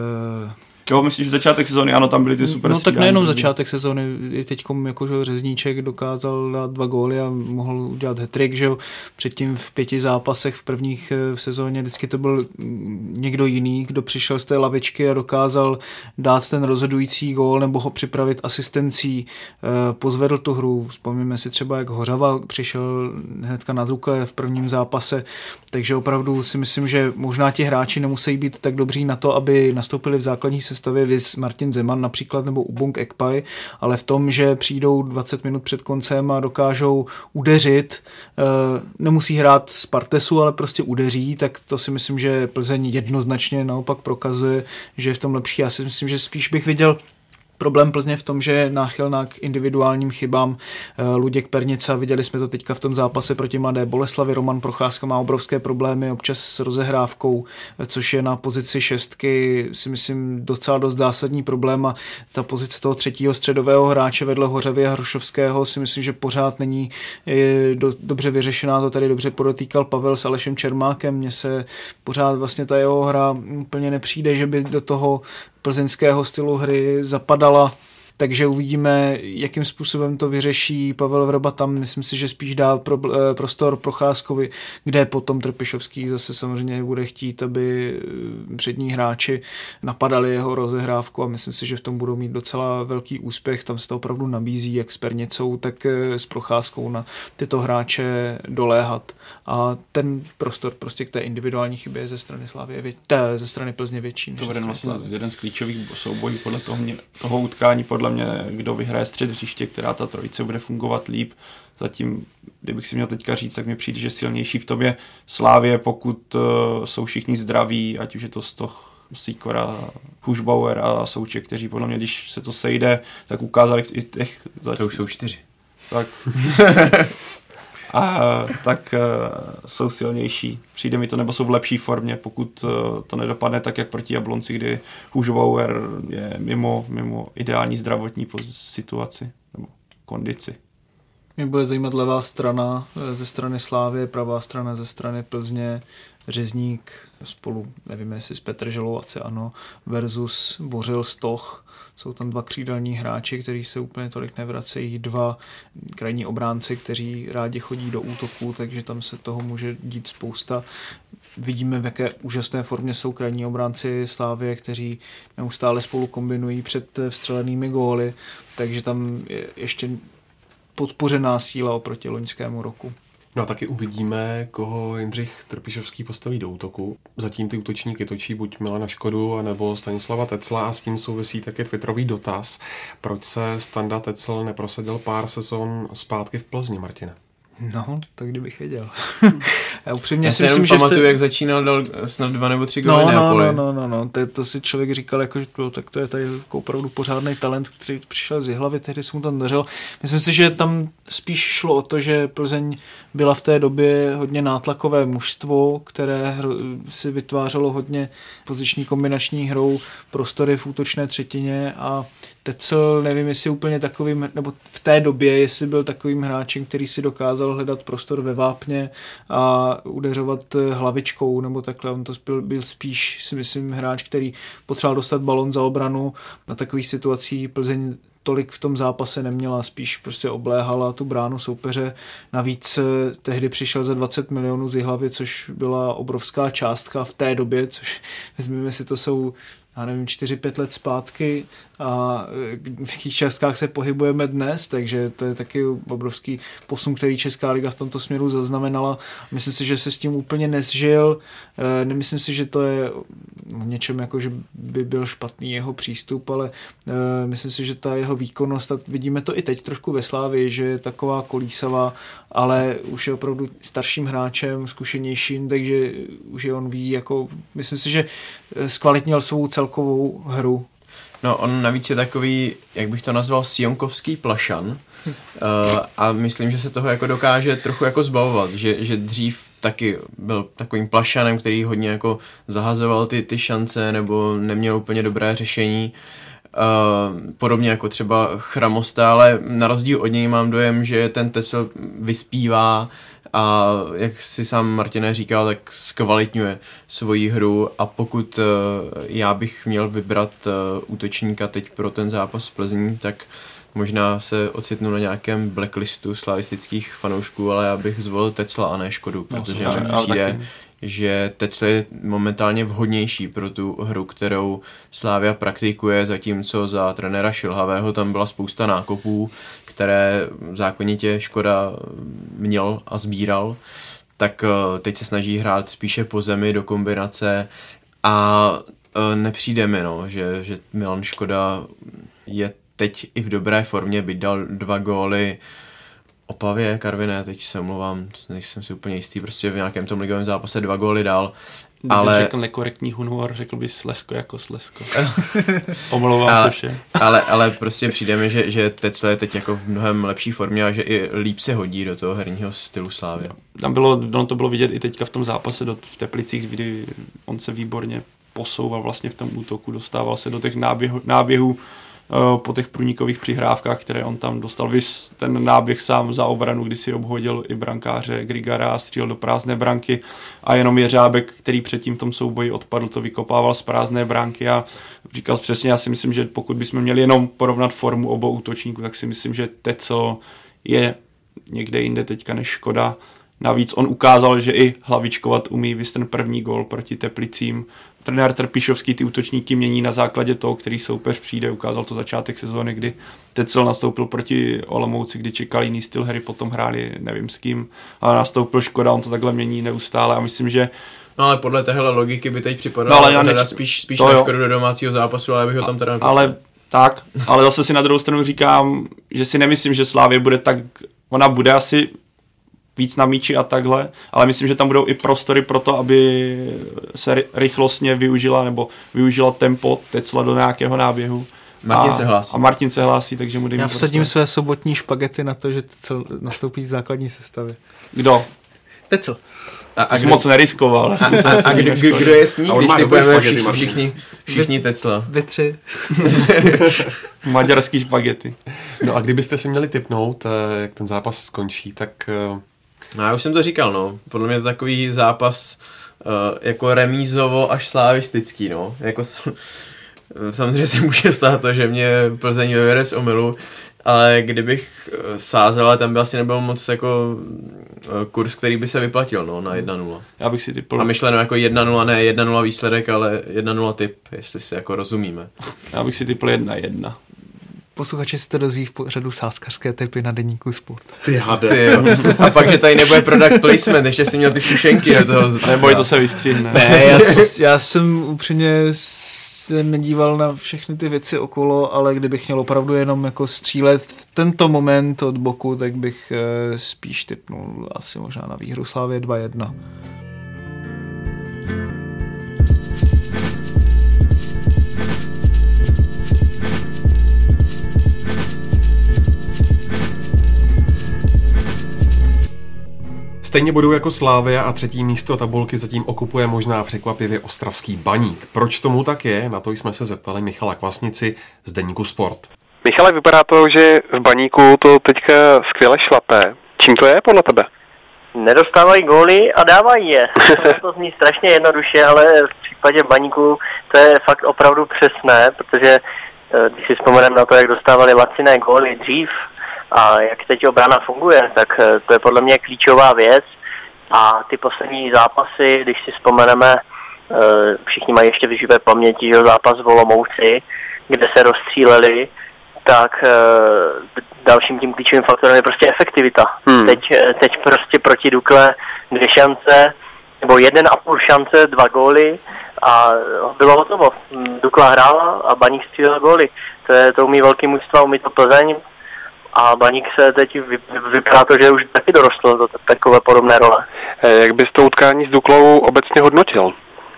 Jo, myslíš, že začátek sezóny, ano, tam byly ty super No tak nejenom začátek sezóny, i teďkom jakože Řezníček dokázal dát 2 góly a mohl udělat hat-trick, že jo, předtím v 5 zápasech v prvních v sezóně vždycky to byl někdo jiný, kdo přišel z té lavičky a dokázal dát ten rozhodující gól nebo ho připravit asistencí, pozvedl tu hru, vzpomněme si třeba, jak Hořava přišel hnedka na Drukle v prvním zápase, takže opravdu si myslím, že možná ti hráči nemusí být tak dobří na to, aby nastoupili v základní sestavě viz Martin Zeman například nebo Ubong Ekpaj, ale v tom, že přijdou 20 minut před koncem a dokážou udeřit, nemusí hrát z partesu, ale prostě udeří, tak to si myslím, že Plzeň jednoznačně naopak prokazuje, že je v tom lepší. Já si myslím, že spíš bych viděl problém Plzně v tom, že je náchylná k individuálním chybám. Luděk Pernica, viděli jsme to teďka v tom zápase proti Mladé Boleslavi, Roman Procházka má obrovské problémy občas s rozehrávkou, což je na pozici šestky, si myslím, docela dost zásadní problém a ta pozice toho třetího středového hráče vedle Hořavy a Hrušovského si myslím, že pořád není dobře vyřešená, to tady dobře podotýkal Pavel s Alešem Čermákem, mně se pořád vlastně ta jeho hra úplně nepřijde, že by do toho plzeňského stylu hry zapadala, takže uvidíme, jakým způsobem to vyřeší Pavel Vrba tam, myslím si, že spíš dá prostor Procházkovi, kde potom Trpišovský zase samozřejmě bude chtít, aby přední hráči napadali jeho rozehrávku a myslím si, že v tom budou mít docela velký úspěch, tam se to opravdu nabízí jak s Pernicou, tak s Procházkou na tyto hráče doléhat a ten prostor prostě k té individuální chybě ze strany Slavie, ze strany Plzně větší. To bude vlastně jeden z klíčových soubojů podle toho utkání, podle mě, kdo vyhraje střed hřiště, která ta trojice bude fungovat líp. Zatím, kdybych si měl teďka říct, tak mi přijde, že silnější v tom je Slavie, pokud jsou všichni zdraví, ať už je to Stoch, Sikora, Hušbauer a Souček, kteří podle mě, když se to sejde, tak ukázali v těch... To už jsou 4. Tak... tak jsou silnější. Přijde mi to, nebo jsou v lepší formě, pokud to nedopadne tak, jak proti Jablonci, kdy Hušbauer je mimo ideální zdravotní situaci nebo kondici. Mě bude zajímat levá strana ze strany Slávie, pravá strana ze strany Plzně, Řezník spolu, nevím jestli s Petrželou, asi ano, versus Bořil Stoch. Jsou tam 2 křídelní hráči, kteří se úplně tolik nevracejí, 2 krajní obránci, kteří rádi chodí do útoku, takže tam se toho může dít spousta. Vidíme, v jaké úžasné formě jsou krajní obránci Slávie, kteří neustále spolu kombinují před vstřelenými góly, takže tam je ještě podpořená síla oproti loňskému roku. No a taky uvidíme, koho Jindřich Trpišovský postaví do útoku. Zatím ty útočníky točí buď Milana Škodu, nebo Stanislava Tecla a s tím souvisí taky twitterový dotaz. Proč se Standa Tecl neprosadil pár sezon zpátky v Plzni, Martine? No, tak kdybych věděl. Já upřímně si myslím, že pamatuju, jak začínal, dal snad 2 nebo 3 góly Neapoli. No. To si člověk říkal, jako, že tak to je tady jako opravdu pořádný talent, který přišel z Jihlavy, tehdy se mu tam dařil. Myslím si, že tam spíš šlo o to, že Plzeň byla v té době hodně nátlakové mužstvo, které si vytvářelo hodně poziční kombinační hrou, prostory v útočné třetině a Tecl, nevím, jestli úplně takovým, nebo v té době, jestli byl takovým hráčem, který si dokázal hledat prostor ve vápně a udeřovat hlavičkou, nebo takhle. On to byl spíš, si myslím, hráč, který potřeboval dostat balon za obranu. Na takových situacích Plzeň tolik v tom zápase neměla, spíš prostě obléhala tu bránu soupeře. Navíc tehdy přišel za 20 milionů z Jihlavy, což byla obrovská částka v té době, což vezměme si, to jsou, já nevím, 4-5 let zpátky a v jakých částkách se pohybujeme dnes, takže to je taky obrovský posun, který Česká liga v tomto směru zaznamenala. Myslím si, že se s tím úplně nezžil. Nemyslím si, že to je v něčem jako, že by byl špatný jeho přístup, ale myslím si, že ta jeho výkonnost, a vidíme to i teď trošku ve Slávii, že je taková kolísavá, ale už je opravdu starším hráčem, zkušenějším, takže už je on ví, jako, myslím si, že zkvalitnil svou celkovou hru. No, on navíc je takový, jak bych to nazval, sionkovský plašan a myslím, že se toho jako dokáže trochu jako zbavovat, že dřív taky byl takovým plašanem, který hodně jako zahazoval ty šance nebo neměl úplně dobré řešení. Podobně jako třeba Chramosta, ale na rozdíl od něj mám dojem, že ten Tecl vyspívá a jak si sám Martine říkal, tak zkvalitňuje svoji hru a pokud já bych měl vybrat útočníka teď pro ten zápas s Plzní, tak možná se ocitnu na nějakém blacklistu slavistických fanoušků, ale já bych zvolil Tecla a ne Škodu, protože mi přijde, že Tecl je momentálně vhodnější pro tu hru, kterou Slavia praktikuje, zatímco za trenéra Šilhavého tam byla spousta nákopů, které zákonitě Škoda měl a sbíral, tak teď se snaží hrát spíše po zemi do kombinace a nepřijde mi, no, že Milan Škoda je teď i v dobré formě, byť dal 2 góly Opavě, Karviné, teď se omlouvám, nejsem si úplně jistý, prostě v nějakém tom ligovém zápase 2 góly dal. Ale řekl nekorektní humor, řekl bys Slesko jako Slesko. Omlouvám se všem. Ale prostě přijde mi, že Tecl je teď jako v mnohem lepší formě a že i líp se hodí do toho herního stylu Slávy. To bylo vidět i teďka v tom zápase v Teplicích, kdy on se výborně posouval vlastně v tom útoku, dostával se do těch náběhů po těch průnikových přihrávkách, které on tam dostal. Vys ten náběh sám za obranu, kdy si obhodil i brankáře Grigara a střílel do prázdné branky a jenom Jeřábek, který předtím v tom souboji odpadl, to vykopával z prázdné branky a říkal přesně, já si myslím, že pokud bychom měli jenom porovnat formu obou útočníků, tak si myslím, že Tecl je někde jinde teďka než Škoda. Navíc on ukázal, že i hlavičkovat umí, vys ten první gól proti Teplicím. Trenér Trpišovský ty útočníky mění na základě toho, který soupeř přijde. Ukázal to začátek sezóny, kdy Tecl nastoupil proti Olomouci, kdy čekal jiný styl hry, potom hráli nevím s kým, ale nastoupil Škoda, on to takhle mění neustále a myslím, že no ale podle téhle logiky by teď připadalo spíš na Škodu do domácího zápasu, ale bych ho tam teda nepustil. Ale zase si na druhou stranu říkám, že si nemyslím, že Slávě bude tak, ona bude asi víc na míči a takhle, ale myslím, že tam budou i prostory pro to, aby se rychlostně využila tempo Tecla do nějakého náběhu. Martin se hlásí, takže mu dejme Já vsadím své sobotní špagety na to, že Tecl nastoupí v základní sestavě. Kdo? Tecl. A jsi moc neriskoval. A kdo je s ním, když typujeme všichni Tecla? Vy 3. Maďarský špagety. No a kdybyste si měli tipnout, jak ten zápas skončí, tak... No já už jsem to říkal, no. Podle mě to takový zápas jako remízovo až slavistický, no. Jako, samozřejmě se může stát to, že mě Plzeň vyvede z omylu, ale kdybych sázel, tam by asi nebyl moc jako kurz, který by se vyplatil, no, na 1-0. Já bych si typl. A myšleno jako 1-0, ne 1-0 výsledek, ale 1-0 tip, jestli si jako rozumíme. Já bych si typl 1-1. Posluchači si to dozví v pořadu sázkařské tipy na Deníku Sport. Ty hade. A pak, že tady nebude product placement, ještě si měl ty sušenky do toho. Neboj, to se vystřihne. Ne, já jsem upřímně se nedíval na všechny ty věci okolo, ale kdybych měl opravdu jenom jako střílet v tento moment od boku, tak bych spíš tipnul asi možná na výhru Slávy 2-1. Stejně bodů jako Slavia a 3. místo tabulky zatím okupuje možná překvapivě ostravský Baník. Proč tomu tak je? Na to jsme se zeptali Michala Kvasnici z Deníku Sport. Michale, vypadá to, že v Baníku to teďka skvěle šlape. Čím to je podle tebe? Nedostávají góly a dávají je. To zní strašně jednoduše, ale v případě Baníku to je fakt opravdu přesné, protože když si vzpomeneme na to, jak dostávali laciné góly dřív, a jak teď obrana funguje, tak to je podle mě klíčová věc a ty poslední zápasy, když si vzpomeneme, všichni mají ještě v živé paměti, že zápas v Olomouci, kde se rozstříleli, tak dalším tím klíčovým faktorem je prostě efektivita. Teď prostě proti Dukle 2 šance, nebo 1,5 šance, 2 góly a bylo hotovo. Dukla hrála a Baník střílel góly. To umí velký mužstva, umí to Plzeň. A Baník se teď vypadá to, že už taky dorostl do takové podobné role. Jak bys to utkání s Duklou obecně hodnotil?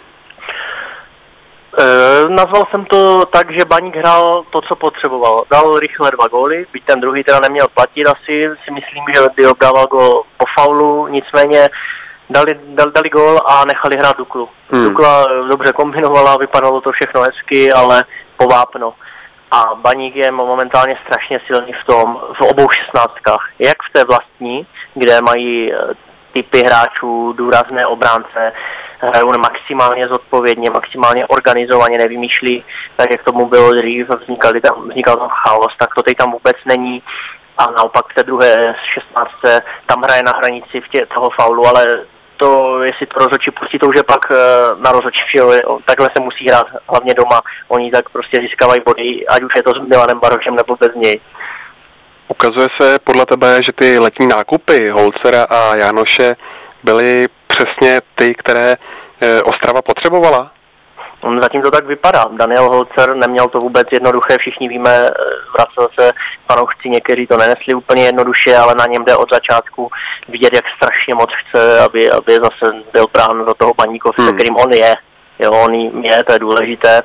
Nazval jsem to tak, že Baník hrál to, co potřeboval. Dal rychle 2 góly, byť ten druhý teda neměl platit asi, si myslím, že by obdával gól po faulu, nicméně dali gól a nechali hrát Duklu. Dukla dobře kombinovala, vypadalo to všechno hezky, ale povápno. A Baník je momentálně strašně silný v obou 16. Jak v té vlastní, kde mají typy hráčů, důrazné obránce, hrajou maximálně zodpovědně, maximálně organizovaně, nevymýšlí, tak jak tomu bylo dřív, vznikal tam chaos, tak to teď tam vůbec není. A naopak v té druhé 16. tam hraje na hranici toho faulu, ale to, jestli to rozhodčí pustí, to už je pak na rozhodčí, takhle se musí hrát, hlavně doma. Oni tak prostě získávají body, ať už je to s Milanem Barošem nebo bez něj. Ukazuje se podle tebe, že ty letní nákupy Holcera a Jánoše byly přesně ty, které Ostrava potřebovala? On zatím to tak vypadá. Daniel Holzer neměl to vůbec jednoduché, všichni víme, vracel se fanoušci, někteří to nenesli úplně jednoduše, ale na něm jde od začátku vidět, jak strašně moc chce, aby zase byl brán do toho Baníkovce, kterým on je. Jo, on je, to je důležité.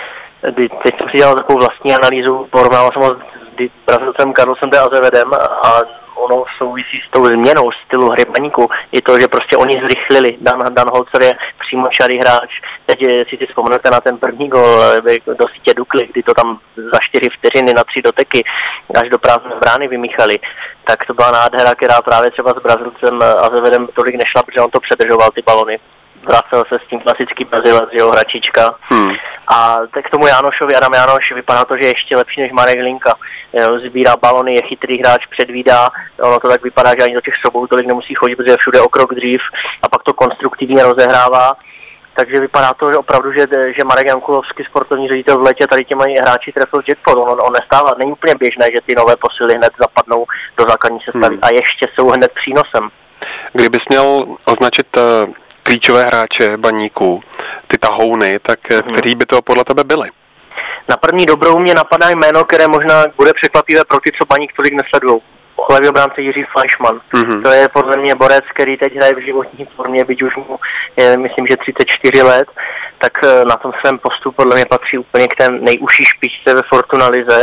Teď jsem si dělal takovou vlastní analýzu, porovnal jsem ho s Brazilcem Carlosem de Azevedem a ono souvisí s tou změnou stylu hry Baníku. Je to, že prostě oni zrychlili. Dan Holzer je přímočarý hráč. Teď si vzpomenete na ten první gol do sítě Dukly, kdy to tam za 4 vteřiny na 3 doteky až do prázdné brány vymíchali. Tak to byla nádhera, která právě třeba s Brazilcem Azevedem tolik nešla, protože on to předržoval ty balony. Vracel se s tím klasický Brazilec, jeho hračička. A tak k tomu Jánošovi, Adam Jánoš, vypadá to, že je ještě lepší než Marek Hlinka. Sbírá balony, je chytrý hráč, předvídá, ono to tak vypadá, že ani do těch soubojů tolik nemusí chodit, protože je všude o krok dřív a pak to konstruktivně rozehrává. Takže vypadá to, že opravdu, že Marek Jankulovský, sportovní ředitel v létě, tady těmi hráči trefil jackpot. On nestává, není úplně běžné, že ty nové posily hned zapadnou do základní sestavy a ještě jsou hned přínosem. Kdybys měl označit klíčové hráče Baníku, ty tahouny, tak kteří by to podle tebe byli? Na první dobrou mě napadá jméno, které možná bude překvapivé pro ty, co Baník tolik nesledují. Levý obránce Jiří Fleischmann. To je podle mě borec, který teď hraje v životní formě, byť už mu je, myslím, že 34 let, tak na tom svém postu podle mě patří úplně k té nejužší špičce ve Fortuna lize.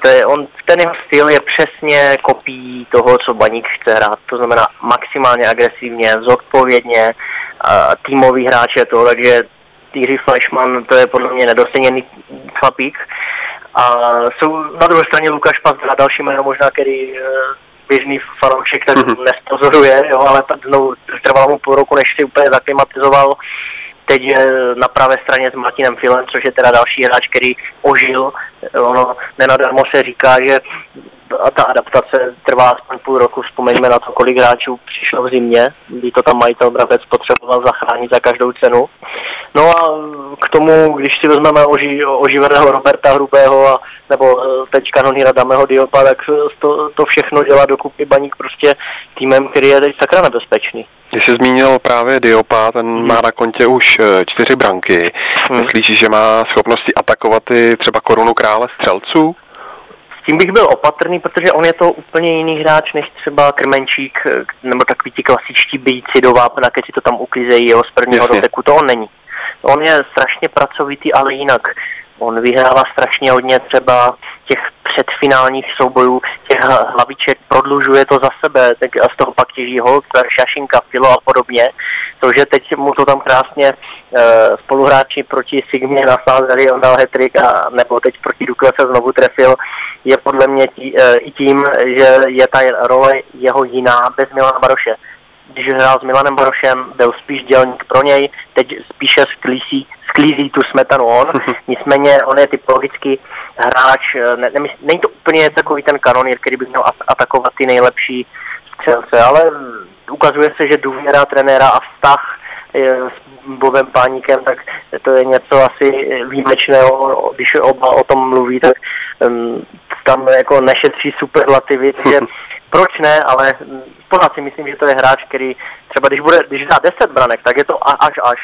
Ten jeho styl je přesně kopií toho, co Baník chce hrát. To znamená maximálně agresivně, zodpovědně, týmový hráč je to, takže Jiří Fleischmann, to je podle mě nedoceněný chlapík. A jsou na druhé straně Lukáš Pazdra, další jméno možná, který běžný fanoušek tak nespozoruje, jo, ale znovu trvalo mu půl roku, než si úplně zaklimatizoval. Teď je na pravé straně s Martinem Filem, což je teda další hráč, který ožil. Ono nenadarmo se říká, že ta adaptace trvá aspoň půl roku. Vzpomeňme na to, kolik hráčů přišlo v zimě, kdy to tam majitel Brabec potřeboval zachránit za každou cenu. No a k tomu, když si vezmeme oživeného Roberta Hrubého nebo teď kanonýra Dameho Diopa, tak to všechno dělá dokupy Baník prostě týmem, který je teď sakra nebezpečný. Když jsi zmínil právě Diopa, ten má na kontě už 4 branky. Myslíš, že má schopnosti atakovat i třeba Korunu Krále střelců? S tím bych byl opatrný, protože on je to úplně jiný hráč než třeba Krmenčík nebo takový ti klasičtí bíjci do vápna, keď si to tam uklizejí z prvního doteku. To on není. On je strašně pracovitý, ale jinak. On vyhrává strašně hodně třeba těch předfinálních soubojů, těch hlaviček, prodlužuje to za sebe, tak a z toho pak těží Holt, Šašinka, Filo a podobně. To, že teď mu to tam krásně spoluhráči proti Sigmě nasázeli, on dal hat-trick a nebo teď proti Dukle se znovu trefil, je podle mě i tím, že je ta role jeho jiná bez Milana Baroše. Když hrál s Milanem Barošem, byl spíš dělník pro něj, teď spíše sklízí tu smetanu on, nicméně on je typologický hráč, není to úplně takový ten kanonýr, který by měl atakovat ty nejlepší střelce, ale ukazuje se, že důvěra trenéra a vztah s Bobem Páníkem, tak to je něco asi výjimečného, když oba o tom mluví, tak tam jako nešetří superlativy, takže proč ne, ale pořád si myslím, že to je hráč, který třeba když dá 10 branek, tak je to až.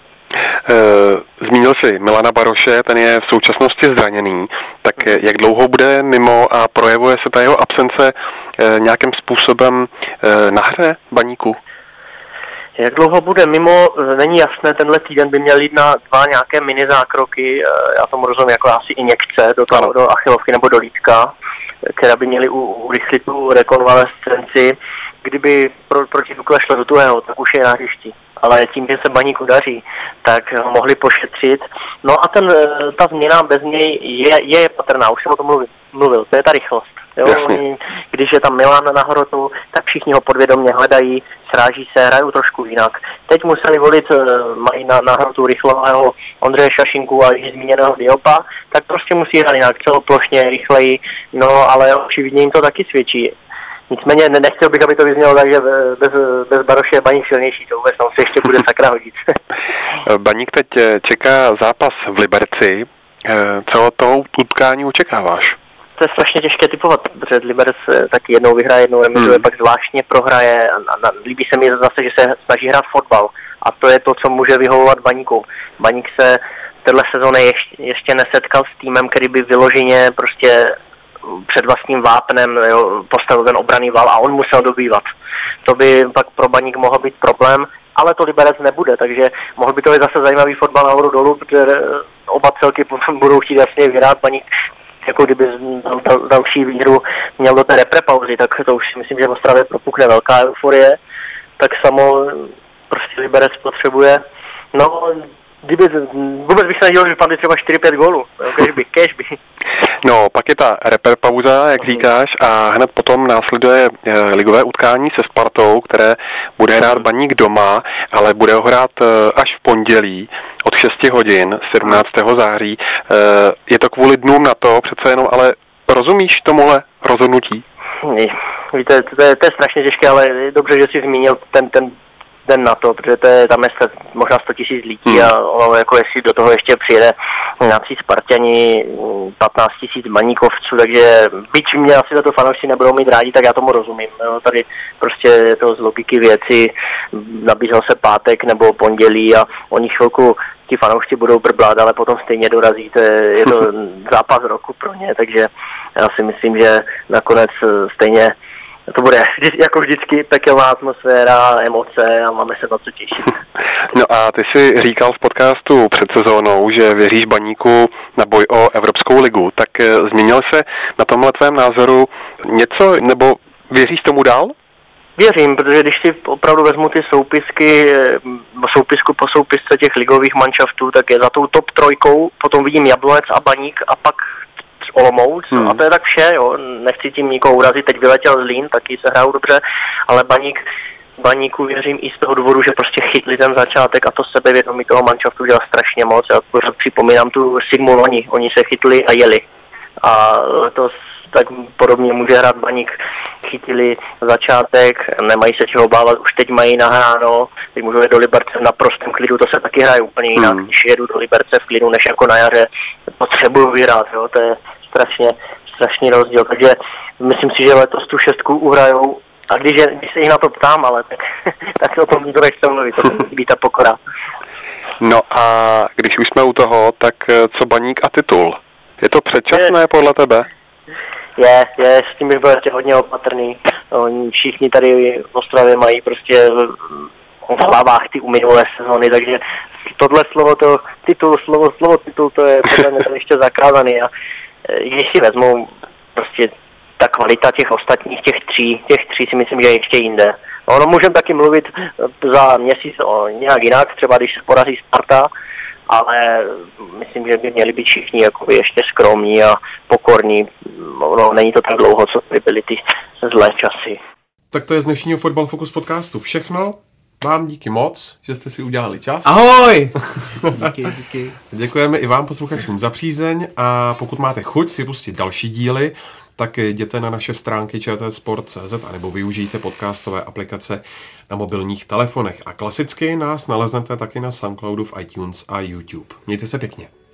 Zmínil jsi Milana Baroše, ten je v současnosti zraněný, tak jak dlouho bude mimo a projevuje se ta jeho absence nějakým způsobem na hře Baníku? Jak dlouho bude mimo, není jasné, tenhle týden by měl jít na 2 nějaké mini zákroky, já tomu rozumím jako asi injekce do achilovky nebo do lítka, která by měly urychlit tu rekonvalescenci. Kdyby proti Dukle šlo do druhého, tak už je na hřišti. Ale tím, že se Baníku daří, tak ho mohli pošetřit. No a ta změna bez něj je patrná, už jsem o tom mluvil, to je ta rychlost. Jo? Když je tam Milan na hrotu, tak všichni ho podvědomě hledají, sráží se, hrajou trošku jinak. Teď museli volit, mají na hrotu rychlového Ondřeje Šašinku a již zmíněného Diopa, tak prostě musí hrát jinak, celoplošně, rychleji, no ale očividně jim to taky svědčí. Nicméně nechtěl bych, aby to vyznělo tak, že bez Baroše je Baník silnější, to vůbec se ještě bude sakra hodit. Baník teď čeká zápas v Liberci. Co od toho utkání očekáváš? To je strašně těžké typovat, protože Liberec taky jednou vyhraje, jednou remizuje, pak zvláštně prohraje. Líbí se mi zase, že se snaží hrát fotbal. A to je to, co může vyhovovat Baníku. Baník se téhle sezóny ještě nesetkal s týmem, který by vyloženě prostě před vlastním vápnem postavil ten obranný val a on musel dobývat. To by pak pro Baník mohl být problém, ale to Liberec nebude, takže mohl by to být zase zajímavý fotbal nahoru dolů, protože oba celky budou chtít jasně vyhrát. Baník, jako kdyby další výhru měl do té reprepauzy, tak to už si myslím, že v Ostravě propukne velká euforie. Tak samo prostě Liberec potřebuje. No, vůbec bych se nedělal, že padly třeba 4-5 gólů. Cashby. No, pak je ta reperpauza, jak říkáš, a hned potom následuje ligové utkání se Spartou, které bude hrát Baník doma, ale bude ho hrát až v pondělí od 6 hodin 17. září. Je to kvůli dnům na to přece jenom, ale rozumíš tomuhle rozhodnutí? Víte, to je strašně těžké, ale je dobře, že jsi zmínil ten den na to, protože tam je možná 100 000 lidí a ono, jako jestli do toho ještě přijede nějací Sparťani, 15 000 Baníkovců, takže byť mě asi za to fanoušci nebudou mít rádi, tak já tomu rozumím. Jo, tady prostě je to z logiky věci, nabízel se pátek nebo pondělí a oni chvilku ti fanoušci budou brblat, ale potom stejně dorazí, je to zápas roku pro ně, takže já si myslím, že nakonec stejně to bude jako vždycky pekelná atmosféra, emoce a máme se na co těšit. No a ty jsi říkal v podcastu před sezónou, že věříš Baníku na boj o Evropskou ligu. Tak změnil se na tomhle tvém názoru něco, nebo věříš tomu dál? Věřím, protože když si opravdu vezmu ty soupisku po soupisce těch ligových manšaftů, tak je za tou top 3, potom vidím Jablonec a Baník a pak Olomouc, a to je tak vše, jo. Nechci tím nikoho urazit, teď vyletěl Zlín, taky se hrajou dobře, ale Baníku věřím i z toho důvodu, že prostě chytli ten začátek a to sebevědomí toho manšaftu dělá strašně moc. Já pořád připomínám tu Sigmu loni, oni se chytli a jeli. A letos tak podobně může hrát Baník, chytili začátek, nemají se čeho bávat, už teď mají nahráno, teď můžou jít do Liberce v naprostém klidu, to se taky hraje úplně jinak, když jedu do Liberce v klidu, než jako na jaře, potřebuju vyhrát, jo, to je strašný rozdíl, takže myslím si, že letos tu 6 uhrajou, a když se jich na to ptám, ale tak o tom nikdo nechce mluvit, to musí být ta pokora. No a když už jsme u toho, tak co Baník a titul? Je to předčasné podle tebe? Je, s tím bych byl ještě hodně opatrný. Oni všichni tady v Ostravě mají prostě v hlavách ty minulé sezóny, takže tohle slovo titul, to je podle mě ještě zakázaný. A když si vezmu prostě ta kvalita těch ostatních, těch tří si myslím, že je ještě jinde. Ono můžeme taky mluvit za měsíc nějak jinak, třeba když se porazí Sparta, ale myslím, že by měli být všichni jakoby ještě skromní a pokorní. No, není to tak dlouho, co by byly ty zlé časy. Tak to je z dnešního Fotbal Focus podcastu všechno. Vám díky moc, že jste si udělali čas. Ahoj! Díky. Děkujeme i vám posluchačům za přízeň a pokud máte chuť si pustit další díly, tak jděte na naše stránky čtsport.cz a nebo využijte podcastové aplikace na mobilních telefonech. A klasicky nás naleznete taky na Soundcloudu, v iTunes a YouTube. Mějte se pěkně.